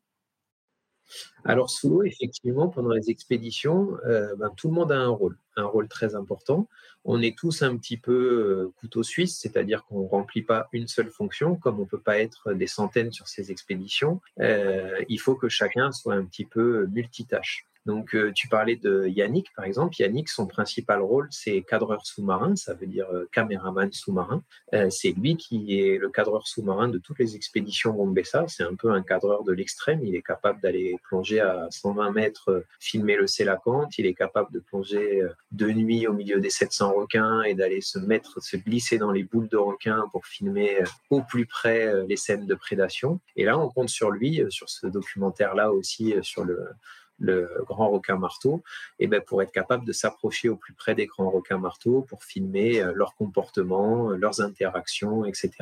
S2: Alors, sous l'eau, effectivement, pendant les expéditions, euh, ben, tout le monde a un rôle, un rôle très important. On est tous un petit peu euh, couteau suisse, c'est-à-dire qu'on ne remplit pas une seule fonction, comme on ne peut pas être des centaines sur ces expéditions. Euh, il faut que chacun soit un petit peu multitâche. Donc, euh, tu parlais de Yannick, par exemple. Yannick, son principal rôle, c'est cadreur sous-marin, ça veut dire euh, caméraman sous-marin. Euh, c'est lui qui est le cadreur sous-marin de toutes les expéditions Gombessa. C'est un peu un cadreur de l'extrême. Il est capable d'aller plonger à cent vingt mètres, euh, filmer le sélacanthe. Il est capable de plonger euh, de nuit au milieu des sept cents requins et d'aller se mettre, se glisser dans les boules de requins pour filmer euh, au plus près euh, les scènes de prédation. Et là, on compte sur lui, euh, sur ce documentaire-là aussi, euh, sur le le grand requin marteau, et ben pour être capable de s'approcher au plus près des grands requins marteaux pour filmer euh, leur comportement, euh, leurs interactions, et cetera.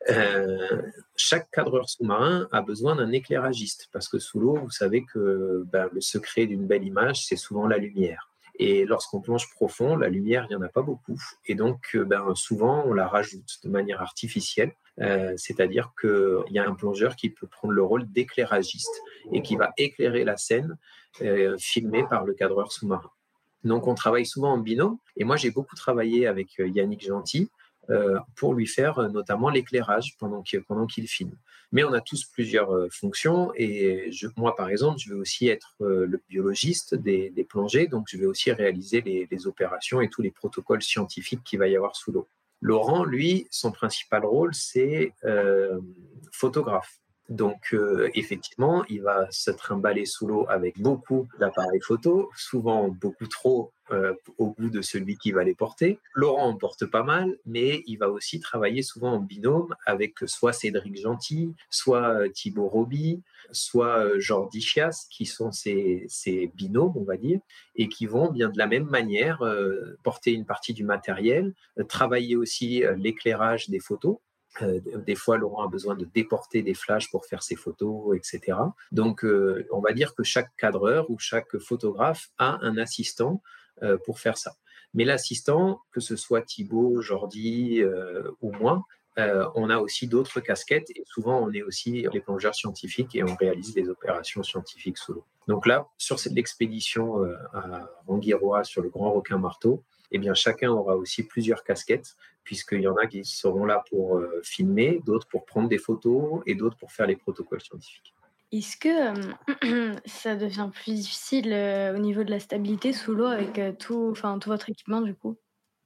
S2: Euh, chaque cadreur sous-marin a besoin d'un éclairagiste parce que sous l'eau, vous savez que ben, le secret d'une belle image, c'est souvent la lumière. Et lorsqu'on plonge profond, la lumière, il n'y en a pas beaucoup. Et donc, ben, souvent, on la rajoute de manière artificielle. Euh, c'est-à-dire qu'il y a un plongeur qui peut prendre le rôle d'éclairagiste et qui va éclairer la scène euh, filmée par le cadreur sous-marin. Donc, on travaille souvent en binôme. Et moi, j'ai beaucoup travaillé avec Yannick Gentil euh, pour lui faire euh, notamment l'éclairage pendant qu'il, pendant qu'il filme. Mais on a tous plusieurs euh, fonctions. Et je, moi, par exemple, je vais aussi être euh, le biologiste des, des plongées. Donc, je vais aussi réaliser les, les opérations et tous les protocoles scientifiques qu'il va y avoir sous l'eau. Laurent, lui, son principal rôle, c'est euh, photographe. Donc, euh, effectivement, il va se trimballer sous l'eau avec beaucoup d'appareils photo, souvent beaucoup trop euh, au goût de celui qui va les porter. Laurent en porte pas mal, mais il va aussi travailler souvent en binôme avec soit Cédric Gentil, soit euh, Thibaut Roby, soit euh, Jordi Chias, qui sont ses, ses binômes, on va dire, et qui vont bien de la même manière euh, porter une partie du matériel, euh, travailler aussi euh, l'éclairage des photos. Euh, des fois, Laurent a besoin de déporter des flashs pour faire ses photos, et cetera. Donc, euh, on va dire que chaque cadreur ou chaque photographe a un assistant euh, pour faire ça. Mais l'assistant, que ce soit Thibaut, Jordi euh, ou moi, euh, on a aussi d'autres casquettes et souvent, on est aussi les plongeurs scientifiques et on réalise des opérations scientifiques sous l'eau. Donc là, sur cette expédition euh, à Rangiroa sur le Grand Requin Marteau, eh bien, chacun aura aussi plusieurs casquettes, puisqu'il y en a qui seront là pour euh, filmer, d'autres pour prendre des photos et d'autres pour faire les protocoles scientifiques.
S1: Est-ce que euh, ça devient plus difficile euh, au niveau de la stabilité sous l'eau avec euh, tout, enfin, tout votre équipement du coup?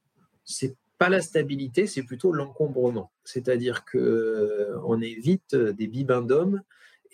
S2: C'est pas la stabilité, c'est plutôt l'encombrement. C'est-à-dire qu'on euh, évite des bibendums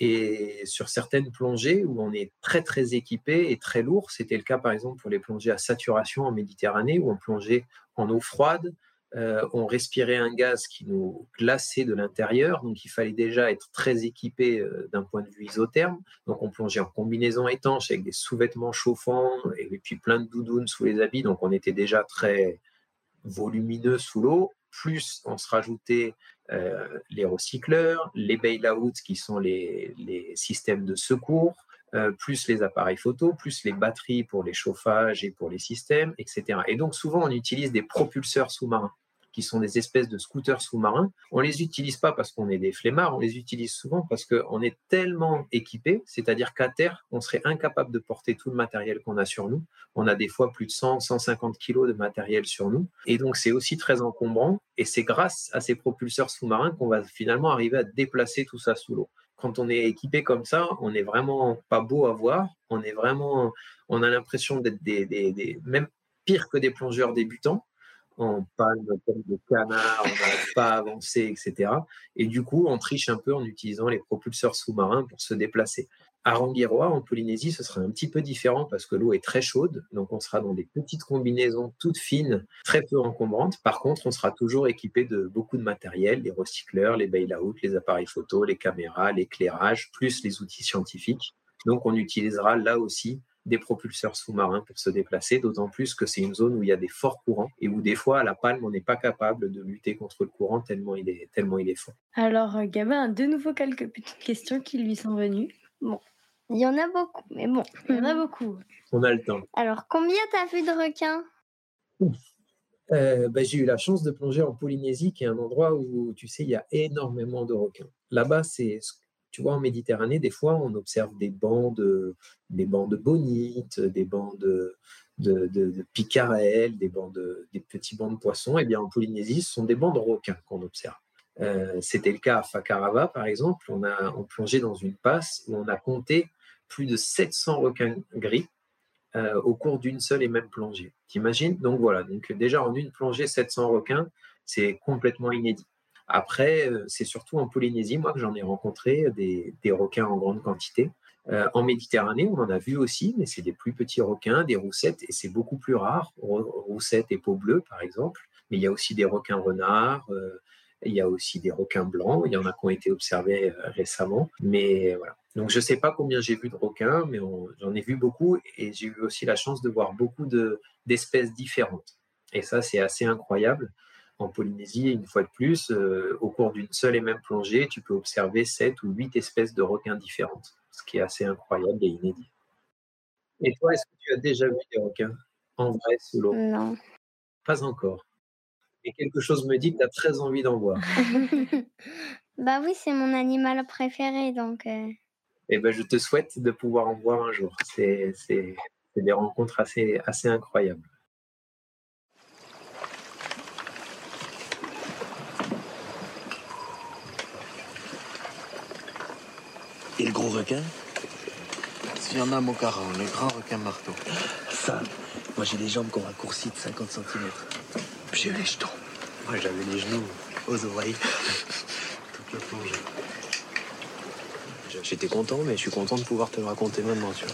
S2: et sur certaines plongées où on est très très équipé et très lourd, c'était le cas par exemple pour les plongées à saturation en Méditerranée où on plongeait en eau froide, euh, on respirait un gaz qui nous glaçait de l'intérieur, donc il fallait déjà être très équipé euh, d'un point de vue isotherme. Donc on plongeait en combinaison étanche avec des sous-vêtements chauffants et puis plein de doudounes sous les habits, donc on était déjà très volumineux sous l'eau, plus on se rajoutait euh, les recycleurs, les bail-out qui sont les, les systèmes de secours, euh, plus les appareils photo, plus les batteries pour les chauffages et pour les systèmes, et cetera. Et donc souvent on utilise des propulseurs sous-marins qui sont des espèces de scooters sous-marins. On ne les utilise pas parce qu'on est des flemmards, on les utilise souvent parce qu'on est tellement équipés, c'est-à-dire qu'à terre, on serait incapable de porter tout le matériel qu'on a sur nous. On a des fois plus de cent, cent cinquante kilos de matériel sur nous. Et donc, c'est aussi très encombrant. Et c'est grâce à ces propulseurs sous-marins qu'on va finalement arriver à déplacer tout ça sous l'eau. Quand on est équipé comme ça, on n'est vraiment pas beau à voir. On est vraiment, on a l'impression d'être des, des, des même pire que des plongeurs débutants. En palme comme des canards, on n'arrive pas à avancer, et cetera. Et du coup, on triche un peu en utilisant les propulseurs sous-marins pour se déplacer. À Rangiroa, en Polynésie, ce sera un petit peu différent parce que l'eau est très chaude, donc on sera dans des petites combinaisons toutes fines, très peu encombrantes. Par contre, on sera toujours équipé de beaucoup de matériel, les recycleurs, les bail-out, les appareils photo, les caméras, l'éclairage, plus les outils scientifiques. Donc, on utilisera là aussi des propulseurs sous-marins pour se déplacer, d'autant plus que c'est une zone où il y a des forts courants et où des fois, à la palme, on n'est pas capable de lutter contre le courant tellement il est, tellement il est fort.
S1: Alors, euh, Gabin a de nouveau quelques petites questions qui lui sont venues.
S3: Bon, il y en a beaucoup, mais bon.
S1: Il y en a beaucoup.
S2: On a le temps.
S3: Alors, combien t'as vu de requins?
S2: Euh, bah, j'ai eu la chance de plonger en Polynésie, qui est un endroit où, tu sais, il y a énormément de requins. Là-bas, c'est, tu vois, en Méditerranée, des fois, on observe des bancs de, des bancs de bonites, des bancs de, de, de, de picarelles, des, bancs de, des petits bancs de poissons. Et bien, en Polynésie, ce sont des bancs de requins qu'on observe. Euh, c'était le cas à Fakarava, par exemple. On a on plongeait dans une passe où on a compté plus de sept cents requins gris Euh, au cours d'une seule et même plongée. T'imagines? Donc voilà, donc déjà en une plongée, sept cents requins, c'est complètement inédit. Après, euh, c'est surtout en Polynésie, moi, que j'en ai rencontré des, des requins en grande quantité. Euh, en Méditerranée, on en a vu aussi, mais c'est des plus petits requins, des roussettes, et c'est beaucoup plus rare. Roussettes et peau bleue, par exemple. Mais il y a aussi des requins renards, euh, il y a aussi des requins blancs, il y en a qui ont été observés euh, récemment. Mais voilà. Donc, je ne sais pas combien j'ai vu de requins, mais on, j'en ai vu beaucoup et j'ai eu aussi la chance de voir beaucoup de, d'espèces différentes. Et ça, c'est assez incroyable. En Polynésie, une fois de plus, euh, au cours d'une seule et même plongée, tu peux observer sept ou huit espèces de requins différentes, ce qui est assez incroyable et inédit. Et toi, est-ce que tu as déjà vu des requins en vrai sous l'eau?
S3: Non.
S2: Pas encore. Et quelque chose me dit que tu as très envie d'en voir.
S3: Bah oui, c'est mon animal préféré, donc heu,
S2: Et ben, je te souhaite de pouvoir en voir un jour. C'est c'est c'est des rencontres assez assez incroyables.
S5: Et le gros requin?
S6: S'il y en a, mon caron, le grand requin marteau.
S5: Ça, moi j'ai les jambes qui ont raccourci de cinquante centimètres. J'ai eu les jetons.
S6: Moi, j'avais les genoux aux oreilles. Toute la plongée.
S4: J'étais content, mais je suis content de pouvoir te le raconter maintenant, tu vois.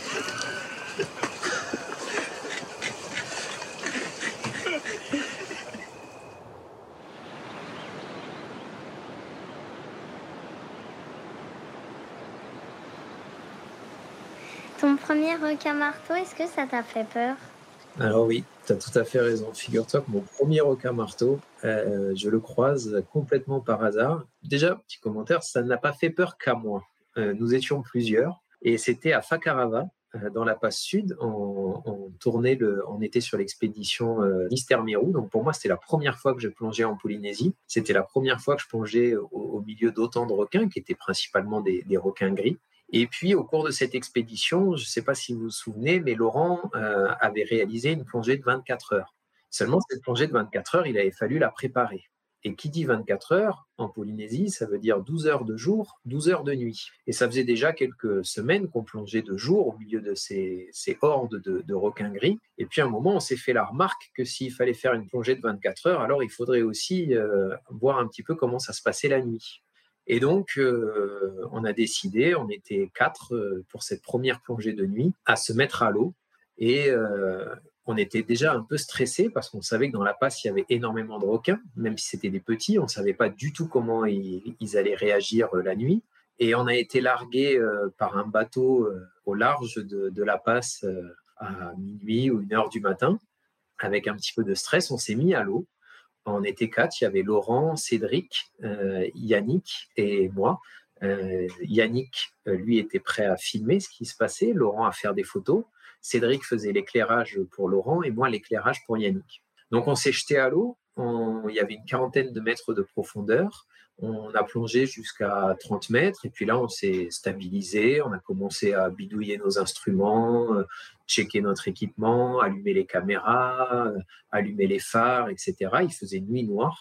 S3: ton premier requin marteau, est-ce que ça t'a fait peur?
S2: Alors oui, tu as tout à fait raison. Figure-toi que mon premier requin marteau, euh, je le croise complètement par hasard. Déjà, petit commentaire, ça n'a pas fait peur qu'à moi. Euh, nous étions plusieurs et c'était à Fakarava, euh, dans la passe sud. On, on tournait le, on était sur l'expédition euh, Mister Meru. Donc pour moi, c'était la première fois que je plongeais en Polynésie. C'était la première fois que je plongeais au, au milieu d'autant de requins, qui étaient principalement des, des requins gris. Et puis, au cours de cette expédition, je ne sais pas si vous vous souvenez, mais Laurent euh, avait réalisé une plongée de vingt-quatre heures. Seulement, cette plongée de vingt-quatre heures, il avait fallu la préparer. Et qui dit vingt-quatre heures, en Polynésie, ça veut dire douze heures de jour, douze heures de nuit. Et ça faisait déjà quelques semaines qu'on plongeait de jour au milieu de ces, ces hordes de, de requins gris. Et puis, à un moment, on s'est fait la remarque que s'il fallait faire une plongée de vingt-quatre heures, alors il faudrait aussi euh, voir un petit peu comment ça se passait la nuit. Et donc, euh, on a décidé, on était quatre euh, pour cette première plongée de nuit, à se mettre à l'eau. Et euh, on était déjà un peu stressés parce qu'on savait que dans la passe, il y avait énormément de requins, même si c'était des petits, on ne savait pas du tout comment ils, ils allaient réagir euh, la nuit. Et on a été largués euh, par un bateau euh, au large de, de la passe euh, à minuit ou une heure du matin. Avec un petit peu de stress, on s'est mis à l'eau. On était quatre, il y avait Laurent, Cédric, euh, Yannick et moi. Euh, Yannick, euh, lui, était prêt à filmer ce qui se passait, Laurent à faire des photos. Cédric faisait l'éclairage pour Laurent et moi l'éclairage pour Yannick. Donc on s'est jeté à l'eau, on, il y avait une quarantaine de mètres de profondeur. On a plongé jusqu'à trente mètres et puis là on s'est stabilisé, on a commencé à bidouiller nos instruments, euh, checker notre équipement, allumer les caméras, euh, allumer les phares, et cetera. Il faisait nuit noire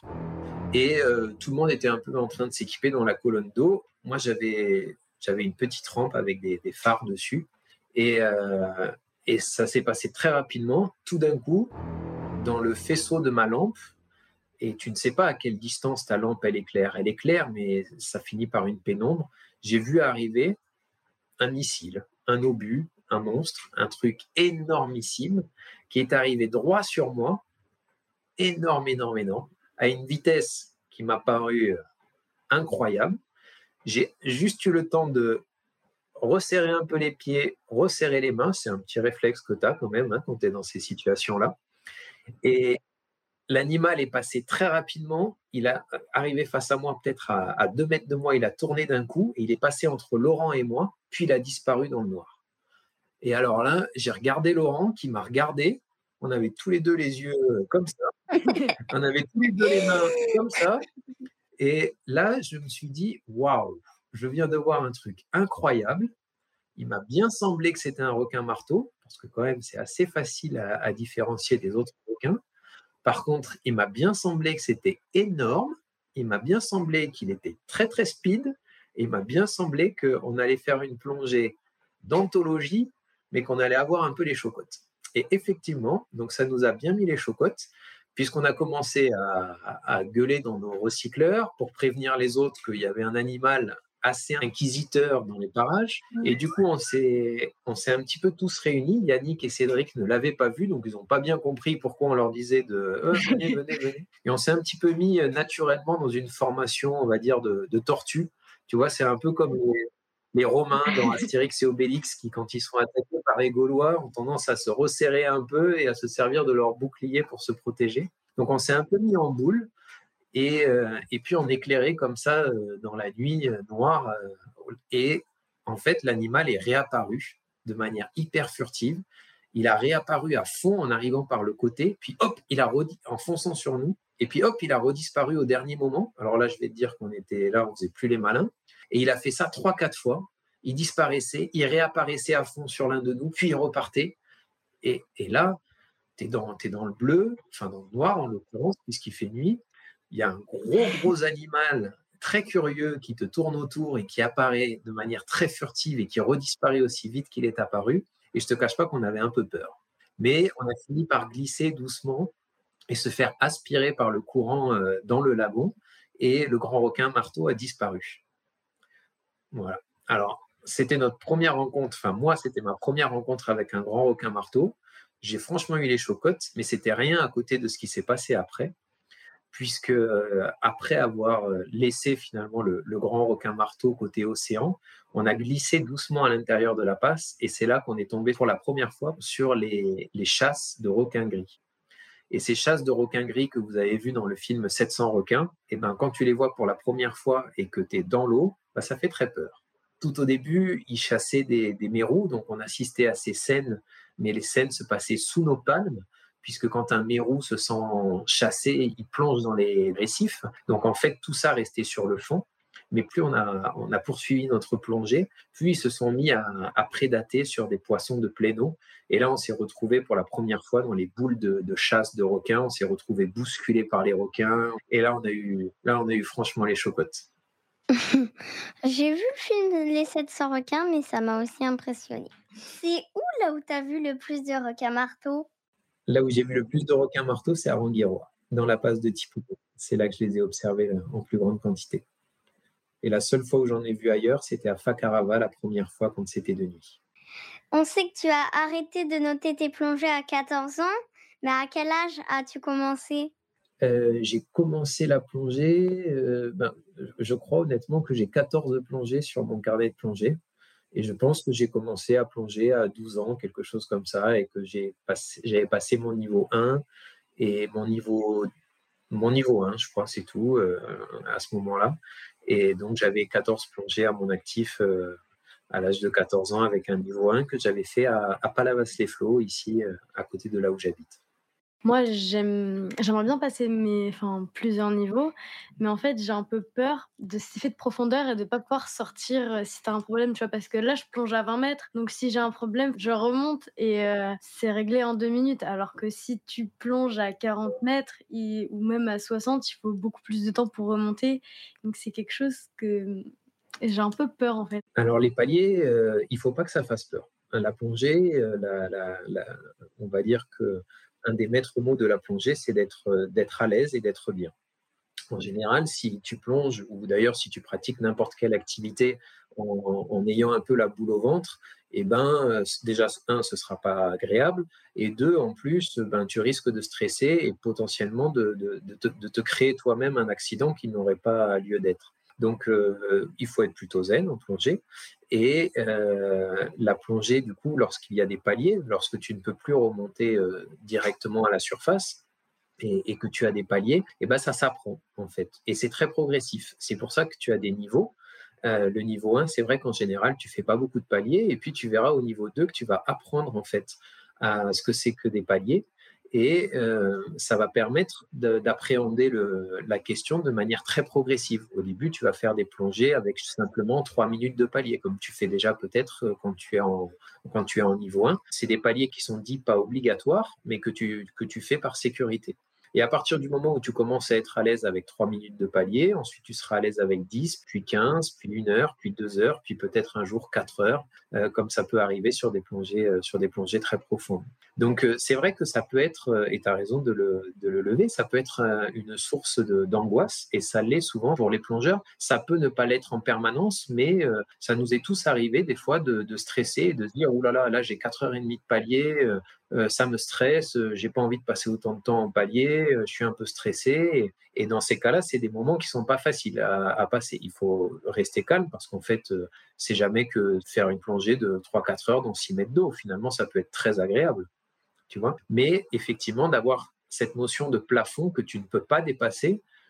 S2: et euh, tout le monde était un peu en train de s'équiper dans la colonne d'eau. Moi j'avais, j'avais une petite rampe avec des, des phares dessus et, euh, et ça s'est passé très rapidement. Tout d'un coup, dans le faisceau de ma lampe, et tu ne sais pas à quelle distance ta lampe elle éclaire. Elle éclaire, mais ça finit par une pénombre. J'ai vu arriver un missile, un obus, un monstre, un truc énormissime qui est arrivé droit sur moi, énorme, énorme, énorme, à une vitesse qui m'a paru incroyable. J'ai juste eu le temps de resserrer un peu les pieds, resserrer les mains. C'est un petit réflexe que tu as quand même hein, quand tu es dans ces situations-là. Et l'animal est passé très rapidement. Il est arrivé face à moi, peut-être à, à deux mètres de moi. Il a tourné d'un coup et il est passé entre Laurent et moi, puis il a disparu dans le noir. Et alors là, j'ai regardé Laurent qui m'a regardé. On avait tous les deux les yeux comme ça. On avait tous les deux les mains comme ça. Et là, je me suis dit, waouh, je viens de voir un truc incroyable. Il m'a bien semblé que c'était un requin marteau, parce que quand même, c'est assez facile à, à différencier des autres requins. Par contre, il m'a bien semblé que c'était énorme, il m'a bien semblé qu'il était très très speed, et il m'a bien semblé qu'on allait faire une plongée d'anthologie, mais qu'on allait avoir un peu les chocottes. Et effectivement, donc ça nous a bien mis les chocottes, puisqu'on a commencé à, à, à gueuler dans nos recycleurs pour prévenir les autres qu'il y avait un animal assez inquisiteur dans les parages. Et du coup, on s'est, on s'est un petit peu tous réunis. Yannick et Cédric ne l'avaient pas vu, donc ils n'ont pas bien compris pourquoi on leur disait de euh, « venez, venez, venez ». Et on s'est un petit peu mis naturellement dans une formation, on va dire, de, de tortue. Tu vois, c'est un peu comme les, les Romains dans Astérix et Obélix qui, quand ils sont attaqués par les Gaulois, ont tendance à se resserrer un peu et à se servir de leur bouclier pour se protéger. Donc, on s'est un peu mis en boule. Et, euh, et puis on éclairait comme ça euh, dans la nuit euh, noire. Euh, et en fait, l'animal est réapparu de manière hyper furtive. Il a réapparu à fond en arrivant par le côté, puis hop, il a redi- en fonçant sur nous, et puis hop, il a redisparu au dernier moment. Alors là, je vais te dire qu'on était là, on faisait plus les malins. Et il a fait ça trois, quatre fois. Il disparaissait, il réapparaissait à fond sur l'un de nous, puis il repartait. Et, et là, tu es dans, t'es dans le bleu, enfin dans le noir en l'occurrence, puisqu'il fait nuit. Il y a un gros, gros animal très curieux qui te tourne autour et qui apparaît de manière très furtive et qui redisparaît aussi vite qu'il est apparu. Et je ne te cache pas qu'on avait un peu peur. Mais on a fini par glisser doucement et se faire aspirer par le courant euh, dans le lagon. Et le grand requin marteau a disparu. Voilà. Alors, c'était notre première rencontre. Enfin, moi, c'était ma première rencontre avec un grand requin marteau. J'ai franchement eu les chocottes, mais c'était rien à côté de ce qui s'est passé après, puisque euh, après avoir laissé finalement le, le grand requin marteau côté océan, on a glissé doucement à l'intérieur de la passe, et c'est là qu'on est tombé pour la première fois sur les, les chasses de requins gris. Et ces chasses de requins gris que vous avez vues dans le film sept cents requins, et ben, quand tu les vois pour la première fois et que tu es dans l'eau, ben, ça fait très peur. Tout au début, ils chassaient des, des mérous, donc on assistait à ces scènes, mais les scènes se passaient sous nos palmes, puisque quand un mérou se sent chassé, il plonge dans les récifs. Donc en fait, tout ça restait sur le fond. Mais plus on a, on a poursuivi notre plongée, plus ils se sont mis à, à prédater sur des poissons de pleine eau. Et là, on s'est retrouvé pour la première fois dans les boules de, de chasse de requins. On s'est retrouvé bousculé par les requins. Et là, on a eu, là, on a eu franchement les chocottes.
S3: J'ai vu le film Les sept cents requins, mais ça m'a aussi impressionné. C'est où là où tu as vu le plus de requins marteaux?
S2: Là où j'ai vu le plus de requins marteaux, c'est à Rangiroa, dans la passe de Tipuco. C'est là que je les ai observés là, en plus grande quantité. Et la seule fois où j'en ai vu ailleurs, c'était à Fakarava, la première fois quand c'était de nuit.
S3: On sait que tu as arrêté de noter tes plongées à quatorze ans, mais à quel âge as-tu commencé?
S2: Euh, j'ai commencé la plongée, euh, ben, je crois honnêtement que j'ai quatorze plongées sur mon carnet de plongée. Et je pense que j'ai commencé à plonger à douze ans, quelque chose comme ça, et que j'ai passé, j'avais passé mon niveau un et mon niveau, mon niveau un, je crois, c'est tout, euh, à ce moment-là. Et donc, j'avais quatorze plongées à mon actif euh, à l'âge de quatorze ans avec un niveau un que j'avais fait à, à Palavas-les-Flots, ici, euh, à côté de là où j'habite.
S1: Moi, j'aime j'aimerais bien passer mes enfin, plusieurs niveaux, mais en fait, j'ai un peu peur de cet effet de profondeur et de pas pouvoir sortir, heu, si tu as un problème, tu vois? Parce que là, je plonge à vingt mètres, donc si j'ai un problème, je remonte et heu, c'est réglé en deux minutes. Alors que si tu plonges à quarante mètres i ou même à soixante, il faut beaucoup plus de temps pour remonter. Donc c'est quelque chose que, mmh, j'ai un peu peur, en fait.
S2: Alors, les paliers, euh, il ne faut pas que ça fasse peur. La plongée, euh, la, la, la, on va dire que un des maîtres mots de la plongée, c'est d'être, euh, d'être à l'aise et d'être bien. En général, si tu plonges, ou d'ailleurs si tu pratiques n'importe quelle activité en, en ayant un peu la boule au ventre, eh ben, déjà, un, ce ne sera pas agréable, et deux, en plus, ben, tu risques de stresser et potentiellement de, de, de, te, de te créer toi-même un accident qui n'aurait pas lieu d'être. Donc, euh, il faut être plutôt zen en plongée. Et euh, la plongée, du coup, lorsqu'il y a des paliers, lorsque tu ne peux plus remonter euh, directement à la surface, et, et que tu as des paliers, et ben ça s'apprend en fait. Et c'est très progressif. C'est pour ça que tu as des niveaux. Euh, le niveau un, c'est vrai qu'en général, tu fais pas beaucoup de paliers, et puis tu verras au niveau deux que tu vas apprendre en fait à ce que c'est que des paliers. Et euh, ça va permettre de, d'appréhender le, la question de manière très progressive. Au début, tu vas faire des plongées avec simplement trois minutes de palier, comme tu fais déjà peut-être quand tu es en, quand tu es en niveau un. C'est des paliers qui sont dits pas obligatoires, mais que tu, que tu fais par sécurité. Et à partir du moment où tu commences à être à l'aise avec trois minutes de palier, ensuite tu seras à l'aise avec dix, puis quinze, puis une heure, puis deux heures, puis peut-être un jour quatre heures, euh, comme ça peut arriver sur des plongées, euh, sur des plongées très profondes. Donc euh, c'est vrai que ça peut être, euh, et tu as raison de le, de le lever, ça peut être euh, une source de, d'angoisse, et ça l'est souvent pour les plongeurs. Ça peut ne pas l'être en permanence, mais euh, ça nous est tous arrivé des fois de, de stresser et de se dire « Ouh là là, là j'ai quatre heures trente de palier, euh, Euh, ça me stresse, euh, j'ai pas envie de passer autant de temps en palier, euh, je suis un peu stressé. Et, et dans ces cas-là, c'est des moments qui sont pas faciles à, à passer. Il faut rester calme parce qu'en fait, euh, c'est jamais que faire une plongée de trois à quatre heures dans six mètres d'eau. Finalement, ça peut être très agréable, tu vois. Mais effectivement, d'avoir cette notion de plafond que tu ne peux pas dépasser,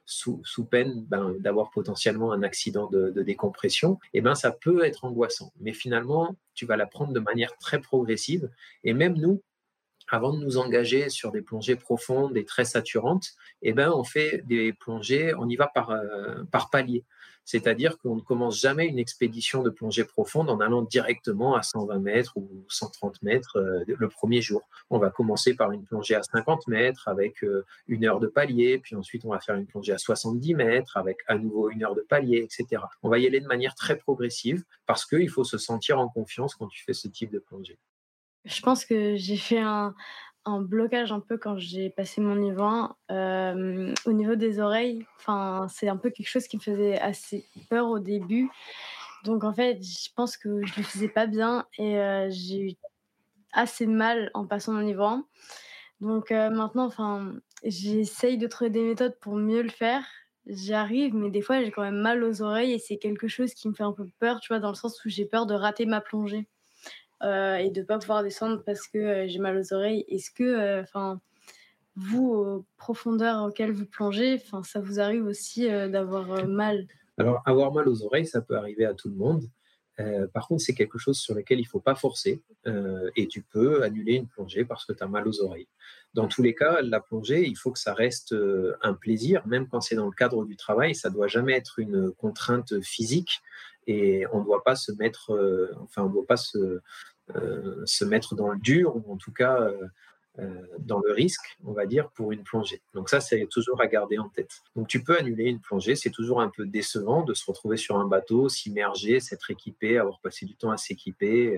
S2: sous, sous peine ben, d'avoir potentiellement un accident de, de décompression, et ben, ça peut être angoissant. Mais finalement, tu vas l'apprendre de manière très progressive. Et même nous, avant de nous engager sur des plongées profondes et très saturantes, eh ben, on fait des plongées, on y va par, euh, par palier. C'est-à-dire qu'on ne commence jamais une expédition de plongée profonde en allant directement à cent vingt mètres ou cent trente mètres euh, le premier jour. On va commencer par une plongée à cinquante mètres avec euh, une heure de palier, puis ensuite on va faire une plongée à soixante-dix mètres avec à nouveau une heure de palier, et cetera. On va y aller de manière très progressive parce qu'il faut se sentir en confiance quand tu fais ce type de plongée.
S1: Je pense que j'ai fait un un blocage un peu quand j'ai passé mon niveau un, hem, au niveau des oreilles. Enfin, c'est un peu quelque chose qui me faisait assez peur au début. Donc en fait, je pense que je le faisais pas bien et heu, j'ai eu assez de mal en passant mon niveau un. Donc heu, maintenant, enfin, j'essaye de trouver des méthodes pour mieux le faire. J'y arrive, mais des fois, j'ai quand même mal aux oreilles et c'est quelque chose qui me fait un peu peur, tu vois? Dans le sens où j'ai peur de rater ma plongée. Heu et de pas pouvoir descendre parce que, heu, j'ai mal aux oreilles. Est-ce que, enfin, vous, aux profondeurs auxquelles vous plongez, enfin, ça vous arrive aussi, heu, d'avoir, heu, mal?
S2: Alors, avoir mal aux oreilles, ça peut arriver à tout le monde. Heu, par contre, c'est quelque chose sur lequel il ne faut pas forcer, heu et tu peux annuler une plongée parce que tu as mal aux oreilles. Dans tous les cas, la plongée, il faut que ça reste, heu, un plaisir, même quand c'est dans le cadre du travail, ça doit jamais être une contrainte physique et on ne doit pas se mettre, heu, enfin, on ne doit pas se, heu, se mettre dans le dur ou en tout cas, heu heu, dans le risque, on va dire, pour une plongée. Donc ça, c'est toujours à garder en tête. Donc tu peux annuler une plongée, c'est toujours un peu décevant de se retrouver sur un bateau, s'immerger, s'être équipé, avoir passé du temps à s'équiper,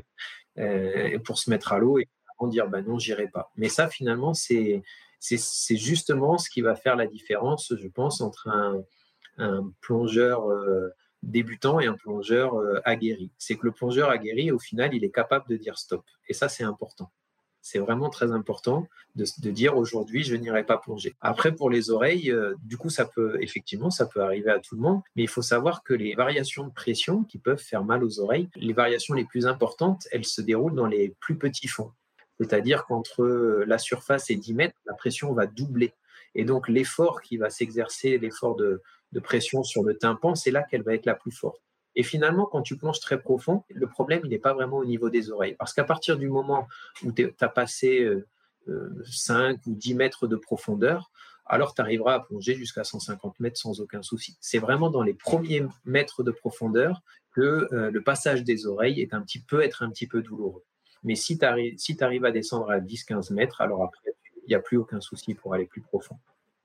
S2: heu, pour se mettre à l'eau et finalement dire: «Bah non, j'irai pas». Mais ça, finalement, c'est c'est c'est justement ce qui va faire la différence, je pense, entre un un plongeur, heu, débutant et un plongeur, heu, aguerri. C'est que le plongeur aguerri, au final, il est capable de dire stop et ça, c'est important. C'est vraiment très important de, de dire aujourd'hui, je n'irai pas plonger. Après, pour les oreilles, euh, du coup, ça peut, effectivement, ça peut arriver à tout le monde, mais il faut savoir que les variations de pression qui peuvent faire mal aux oreilles, les variations les plus importantes, elles se déroulent dans les plus petits fonds. C'est-à-dire qu'entre la surface et dix mètres, la pression va doubler. Et donc, l'effort qui va s'exercer, l'effort de, de pression sur le tympan, c'est là qu'elle va être la plus forte. Et finalement, quand tu plonges très profond, le problème, il n'est pas vraiment au niveau des oreilles. Parce qu'à partir du moment où tu as passé euh, euh, cinq ou dix mètres de profondeur, alors tu arriveras à plonger jusqu'à cent cinquante mètres sans aucun souci. C'est vraiment dans les premiers mètres de profondeur que euh, le passage des oreilles est un petit peu, être un petit peu douloureux. Mais si tu arrives si à descendre à dix quinze mètres, alors après, il n'y a plus aucun souci pour aller plus profond.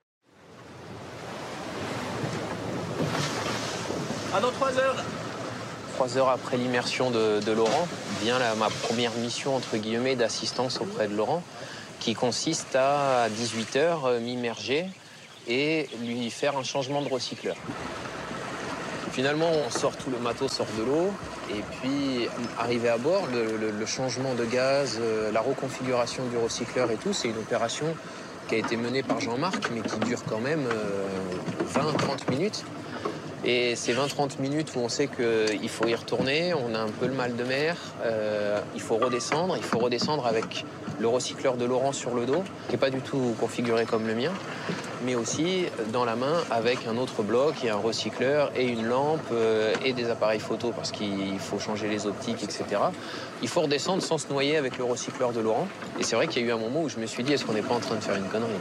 S5: Ah, dans trois heures.
S4: Trois heures après l'immersion de, de Laurent, vient la, ma première mission, entre guillemets, d'assistance auprès de Laurent, qui consiste à, à dix-huit heures, euh, m'immerger et lui faire un changement de recycleur. Finalement, on sort tout le matos, sort de l'eau, et puis arrivé à bord, le, le, le changement de gaz, euh, la reconfiguration du recycleur et tout, c'est une opération qui a été menée par Jean-Marc, mais qui dure quand même euh, vingt à trente minutes. Et ces vingt à trente minutes où on sait qu'il faut y retourner, on a un peu le mal de mer, euh, il faut redescendre, il faut redescendre avec le recycleur de Laurent sur le dos, qui n'est pas du tout configuré comme le mien, mais aussi dans la main avec un autre bloc et un recycleur et une lampe euh, et des appareils photo parce qu'il faut changer les optiques, et cetera. Il faut redescendre sans se noyer avec le recycleur de Laurent. Et c'est vrai qu'il y a eu un moment où je me suis dit, est-ce qu'on n'est pas en train de faire une connerie?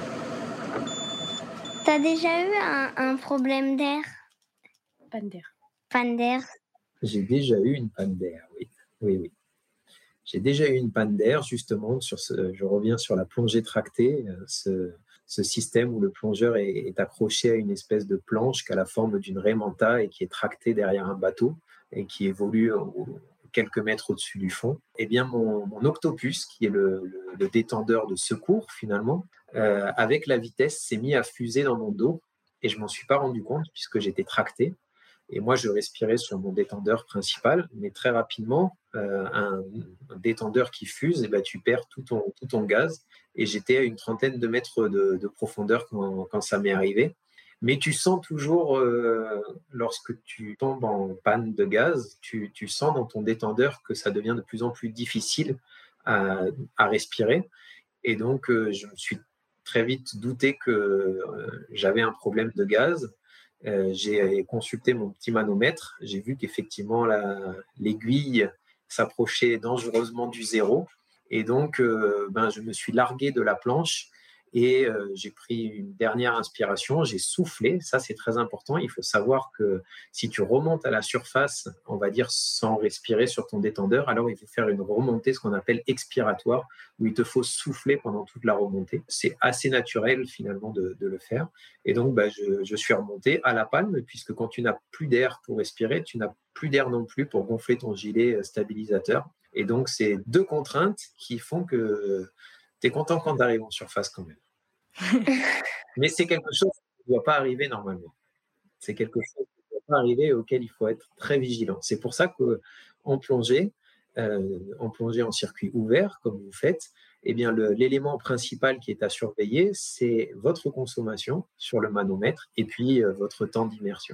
S3: T'as déjà eu un, un problème d'air?
S1: Panne d'air.
S3: Panne d'air?
S2: J'ai déjà eu une panne d'air, oui. Oui, oui. J'ai déjà eu une panne d'air, justement, sur ce, je reviens sur la plongée tractée, ce, ce système où le plongeur est, est accroché à une espèce de planche qui a la forme d'une raie manta et qui est tractée derrière un bateau et qui évolue au, quelques mètres au-dessus du fond. Eh bien, mon, mon octopus, qui est le, le, le détendeur de secours, finalement, euh, avec la vitesse, s'est mis à fuser dans mon dos et je ne m'en suis pas rendu compte puisque j'étais tracté. Et moi, je respirais sur mon détendeur principal, mais très rapidement, euh, un, un détendeur qui fuse, et ben, tu perds tout ton, tout ton gaz. Et j'étais à une trentaine de mètres de, de profondeur quand, quand ça m'est arrivé. Mais tu sens toujours, euh, lorsque tu tombes en panne de gaz, tu, tu sens dans ton détendeur que ça devient de plus en plus difficile à, à respirer. Et donc, euh, je me suis très vite douté que euh, j'avais un problème de gaz. Euh, j'ai consulté mon petit manomètre. J'ai vu qu'effectivement, la- l'aiguille s'approchait dangereusement du zéro. Et donc, euh, ben, je me suis largué de la planche et euh, j'ai pris une dernière inspiration. J'ai soufflé. Ça, c'est très important. Il faut savoir que si tu remontes à la surface, on va dire sans respirer sur ton détendeur, alors il faut faire une remontée, ce qu'on appelle expiratoire, où il te faut souffler pendant toute la remontée. C'est assez naturel finalement de, de le faire. Et donc, bah, je, je suis remonté à la palme, puisque quand tu n'as plus d'air pour respirer, tu n'as plus d'air non plus pour gonfler ton gilet stabilisateur. Et donc, c'est deux contraintes qui font que tu es content quand tu arrives en surface quand même. Mais c'est quelque chose qui ne doit pas arriver normalement. C'est quelque chose qui ne doit pas arriver et auquel il faut être très vigilant. C'est pour ça qu'en plongée, euh, en plongée en circuit ouvert, comme vous faites, eh bien, le, l'élément principal qui est à surveiller, c'est votre consommation sur le manomètre et puis euh, votre temps d'immersion.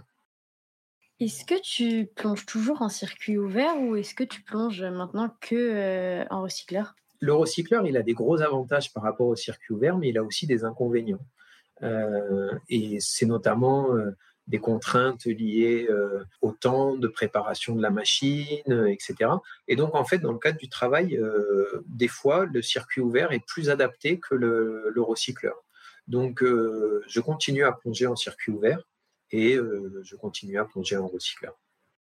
S1: Est-ce que tu plonges toujours en circuit ouvert ou est-ce que tu plonges maintenant que euh, en recycleur?
S2: Le recycleur, il a des gros avantages par rapport au circuit ouvert, mais il a aussi des inconvénients. Euh, et c'est notamment euh, des contraintes liées euh, au temps de préparation de la machine, euh, et cetera. Et donc, en fait, dans le cadre du travail, euh, des fois, le circuit ouvert est plus adapté que le, le recycleur. Donc, euh, je continue à plonger en circuit ouvert et euh, je continue à plonger en recycleur.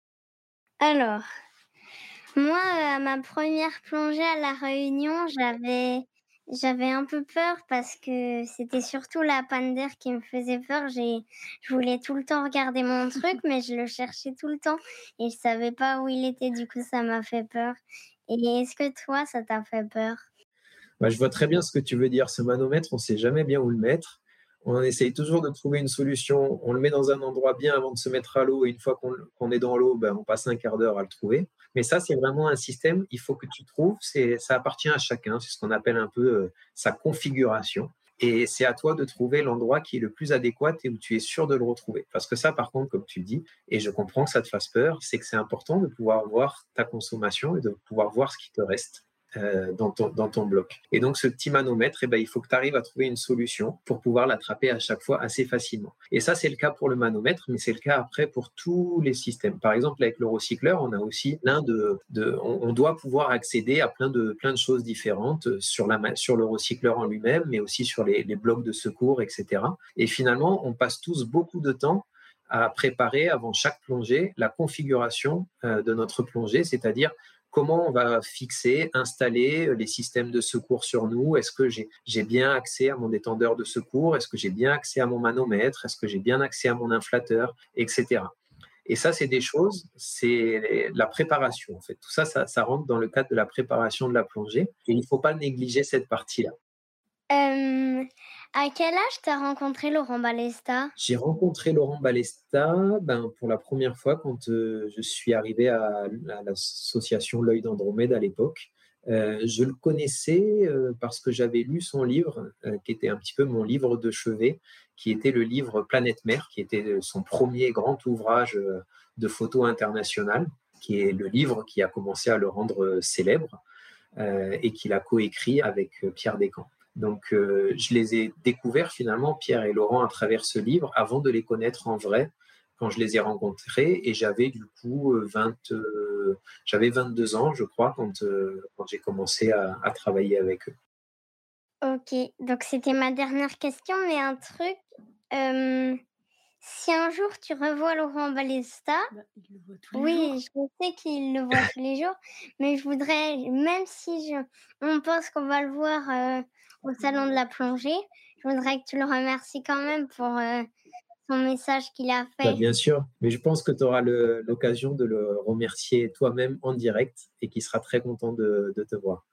S3: Alors, moi, à ma première plongée à La Réunion, j'avais j'avais un peu peur parce que c'était surtout la panne d'air qui me faisait peur. J'ai je voulais tout le temps regarder mon truc, mais je le cherchais tout le temps et je savais pas où il était. Du coup, ça m'a fait peur. Et est-ce que toi, ça t'a fait peur?
S2: Bah, je vois très bien ce que tu veux dire. Ce manomètre, on ne sait jamais bien où le mettre. On essaye toujours de trouver une solution. On le met dans un endroit bien avant de se mettre à l'eau. Et une fois qu'on, qu'on est dans l'eau, ben, on passe un quart d'heure à le trouver. Mais ça, c'est vraiment un système, il faut que tu trouves. C'est, ça appartient à chacun. C'est ce qu'on appelle un peu euh, sa configuration. Et c'est à toi de trouver l'endroit qui est le plus adéquat et où tu es sûr de le retrouver. Parce que ça, par contre, comme tu dis, et je comprends que ça te fasse peur, c'est que c'est important de pouvoir voir ta consommation et de pouvoir voir ce qui te reste. Euh, dans, ton, dans ton bloc. Et donc, ce petit manomètre, eh ben, il faut que tu arrives à trouver une solution pour pouvoir l'attraper à chaque fois assez facilement. Et ça, c'est le cas pour le manomètre, mais c'est le cas après pour tous les systèmes. Par exemple, avec le recycleur, on a aussi plein de... de on, on doit pouvoir accéder à plein de, plein de choses différentes sur, la, sur le recycleur en lui-même, mais aussi sur les, les blocs de secours, et cetera. Et finalement, on passe tous beaucoup de temps à préparer avant chaque plongée la configuration euh, de notre plongée, c'est-à-dire comment on va fixer, installer les systèmes de secours sur nous. Est-ce que j'ai, j'ai bien accès à mon détendeur de secours? Est-ce que j'ai bien accès à mon manomètre? Est-ce que j'ai bien accès à mon inflateur? Etc. Et ça, c'est des choses, c'est la préparation. En fait, tout ça, ça, ça rentre dans le cadre de la préparation de la plongée. Et il ne faut pas négliger cette partie-là.
S3: Euh, à quel âge t'as rencontré Laurent Balesta?
S2: J'ai rencontré Laurent Balesta ben, pour la première fois quand euh, je suis arrivé à, à l'association L'Œil d'Andromède à l'époque. Euh, je le connaissais euh, parce que j'avais lu son livre, euh, qui était un petit peu mon livre de chevet, qui était le livre Planète Mer, qui était son premier grand ouvrage euh, de photo internationale, qui est le livre qui a commencé à le rendre célèbre euh, et qu'il a coécrit avec Pierre Descamps. Donc, euh, je les ai découverts finalement, Pierre et Laurent, à travers ce livre, avant de les connaître en vrai, quand je les ai rencontrés. Et j'avais du coup vingt, euh, j'avais vingt-deux ans, je crois, quand, euh, quand j'ai commencé à, à travailler avec eux.
S3: Ok, donc c'était ma dernière question, mais un truc. euh, Si un jour tu revois Laurent Balesta,
S1: Bah, il le voit tous les
S3: oui,
S1: jours.
S3: je sais qu'il le voit tous les jours, mais je voudrais, même si je, on pense qu'on va le voir euh, au salon de la plongée, je voudrais que tu le remercies quand même pour euh, son message qu'il a
S2: Bah,
S3: fait.
S2: bien sûr, mais je pense que tu auras le, l'occasion de le remercier toi-même en direct et qu'il sera très content de, de te voir.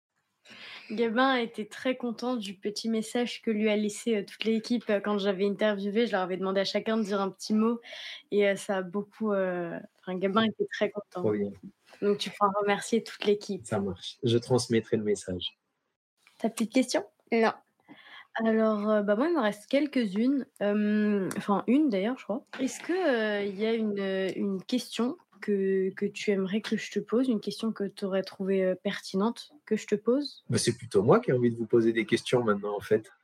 S1: Gabin a été très content du petit message que lui a laissé euh, toute l'équipe euh, quand j'avais interviewé. Je leur avais demandé à chacun de dire un petit mot et euh, ça a beaucoup. euh, Enfin, Gabin était très content.
S2: Trop bien,
S1: Donc tu pourras remercier toute l'équipe.
S2: ça marche. Je transmettrai le message.
S1: T'as plus de questions?
S3: Non.
S1: Alors, euh, bah moi, il me reste quelques-unes. Euh, enfin, une d'ailleurs, je crois. Est-ce qu'il y a une, euh, une question que, que tu aimerais que je te pose, une question que tu aurais trouvée euh, pertinente que je te pose?
S2: Bah, c'est plutôt moi qui ai envie de vous poser des questions maintenant, en fait.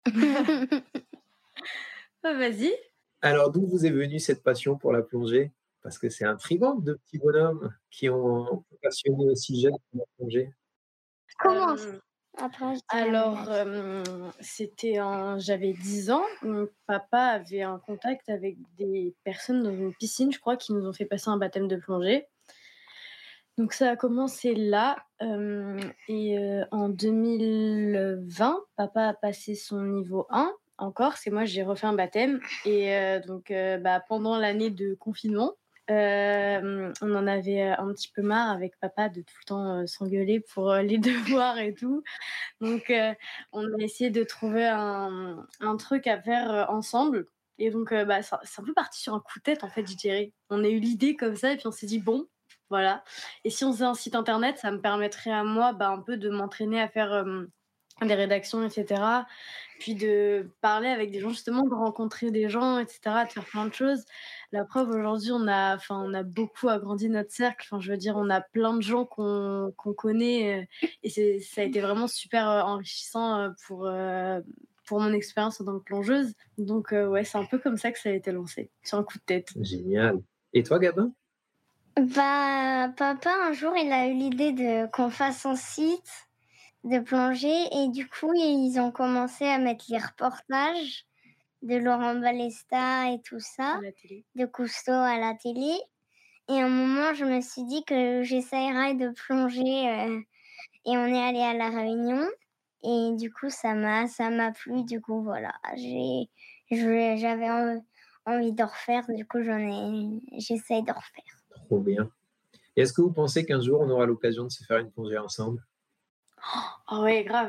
S1: Ah, vas-y.
S2: Alors, d'où vous est venue cette passion pour la plongée? Parce que c'est intriguant, deux petits bonhommes qui ont passionné aussi jeunes pour la plongée.
S3: Commence.
S1: Hem,
S3: Après, je dirai mon
S1: alors,
S3: avis.
S1: hem, c'était en j'avais dix ans, mon papa avait un contact avec des personnes dans une piscine, je crois, qui nous ont fait passer un baptême de plongée. Donc ça a commencé là, hem et heu, en deux mille vingt, papa a passé son niveau un en Corse et moi j'ai refait un baptême et heu, donc heu, bah, pendant l'année de confinement, hem, on en avait, heu, un petit peu marre avec papa de tout le temps, heu, s'engueuler pour, heu, les devoirs et tout. Donc heu, on a essayé de trouver un un truc à faire, heu, ensemble et donc heu, bah, ça c'est un peu parti sur un coup de tête, en fait, je dirais. On a eu l'idée comme ça et puis on s'est dit: «Bon, voilà, et si on faisait un site internet, ça me permettrait à moi, bah, un peu de m'entraîner à faire, hem, des rédactions et cetera. Puis de parler avec des gens, justement, de rencontrer des gens et cetera, de faire plein de choses. La preuve, aujourd'hui, on a enfin, on a beaucoup agrandi notre cercle. Enfin, je veux dire, on a plein de gens qu'on qu'on connaît, heu et c'est ça a été vraiment super, heu, enrichissant, heu, pour, heu, pour mon expérience en tant que plongeuse. Donc heu, ouais, c'est un peu comme ça que ça a été lancé, sur un coup de tête.
S2: Génial. Et toi, Gabin?
S3: Bah, papa, un jour, il a eu l'idée de qu'on fasse un site de plongée et du coup, ils ont commencé à mettre les reportages de Laurent Balesta et tout ça,
S1: À la télé.
S3: de Cousteau à la télé. Et à un moment, je me suis dit que j'essayerais de plonger euh, et on est allé à La Réunion. Et du coup, ça m'a, ça m'a plu. Du coup, voilà, j'ai, je- j'avais en- envie de refaire. Du coup, j'en ai, j'essaye de refaire.
S2: Trop bien. Et est-ce que vous pensez qu'un jour, on aura l'occasion de se faire une plongée ensemble?
S1: Ah ouais, grave.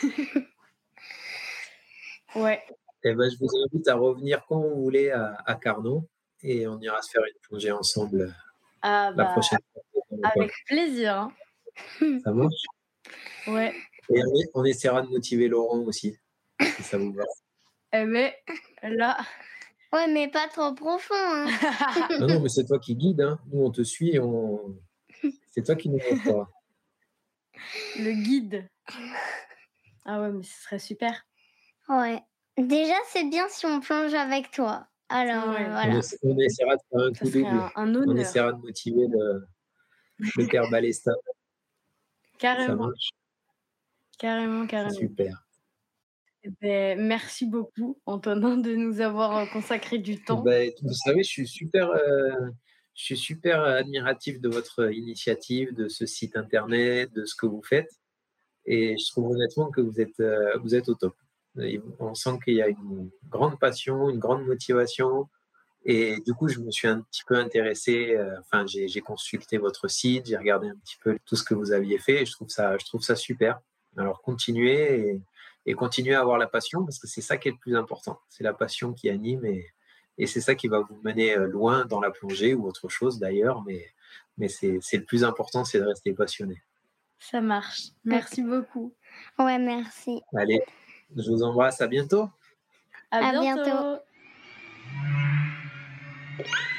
S1: Ouais.
S2: Eh ben, je vous invite à revenir quand vous voulez à, à Carnot et on ira se faire une plongée ensemble euh,
S1: Ah
S2: la
S1: bah,
S2: prochaine fois. qu'on est pas.
S1: avec plaisir, hein.
S2: Ça marche?
S1: Ouais.
S2: Et on, est- on essaiera de motiver Laurent aussi, si ça vous va.
S1: Eh beh, là.
S3: Ouais, mais pas trop profond, hein.
S2: Non, non, mais c'est toi qui guide, hein. Nous, on te suit, on... c'est toi qui nous montrera.
S1: Le guide. Ah ouais, mais ce serait super.
S3: Ouais. Déjà, c'est bien si on plonge avec toi. Alors, euh,
S1: Ouais,
S2: On,
S3: voilà.
S2: essa- on essaiera de faire un
S1: ça
S2: coup
S1: serait
S2: double.
S1: un un
S2: On
S1: honneur.
S2: essaiera de motiver le, le père Balesta. Ça
S1: Carrément,
S2: marche?
S1: carrément,
S2: C'est
S1: carrément.
S2: super.
S1: Eh beh, merci beaucoup, Antonin, de nous avoir, heu, consacré du temps.
S2: Ben, vous savez, je suis super, euh, je suis super admiratif de votre initiative, de ce site internet, de ce que vous faites. Et je trouve honnêtement que vous êtes, euh, vous êtes au top. Et on sent qu'il y a une grande passion, une grande motivation. Et du coup, je me suis un petit peu intéressé. euh, Enfin, j'ai j'ai consulté votre site, j'ai regardé un petit peu tout ce que vous aviez fait. Et je trouve ça, je trouve ça super. Alors, continuez et, et continuez à avoir la passion parce que c'est ça qui est le plus important. C'est la passion qui anime et, et c'est ça qui va vous mener euh, loin dans la plongée ou autre chose d'ailleurs. Mais, mais c'est c'est le plus important, c'est de rester passionné.
S1: Ça marche. Merci beaucoup.
S3: Ouais, merci.
S2: Allez, je vous embrasse. À bientôt.
S1: À
S3: À bientôt.
S1: bientôt.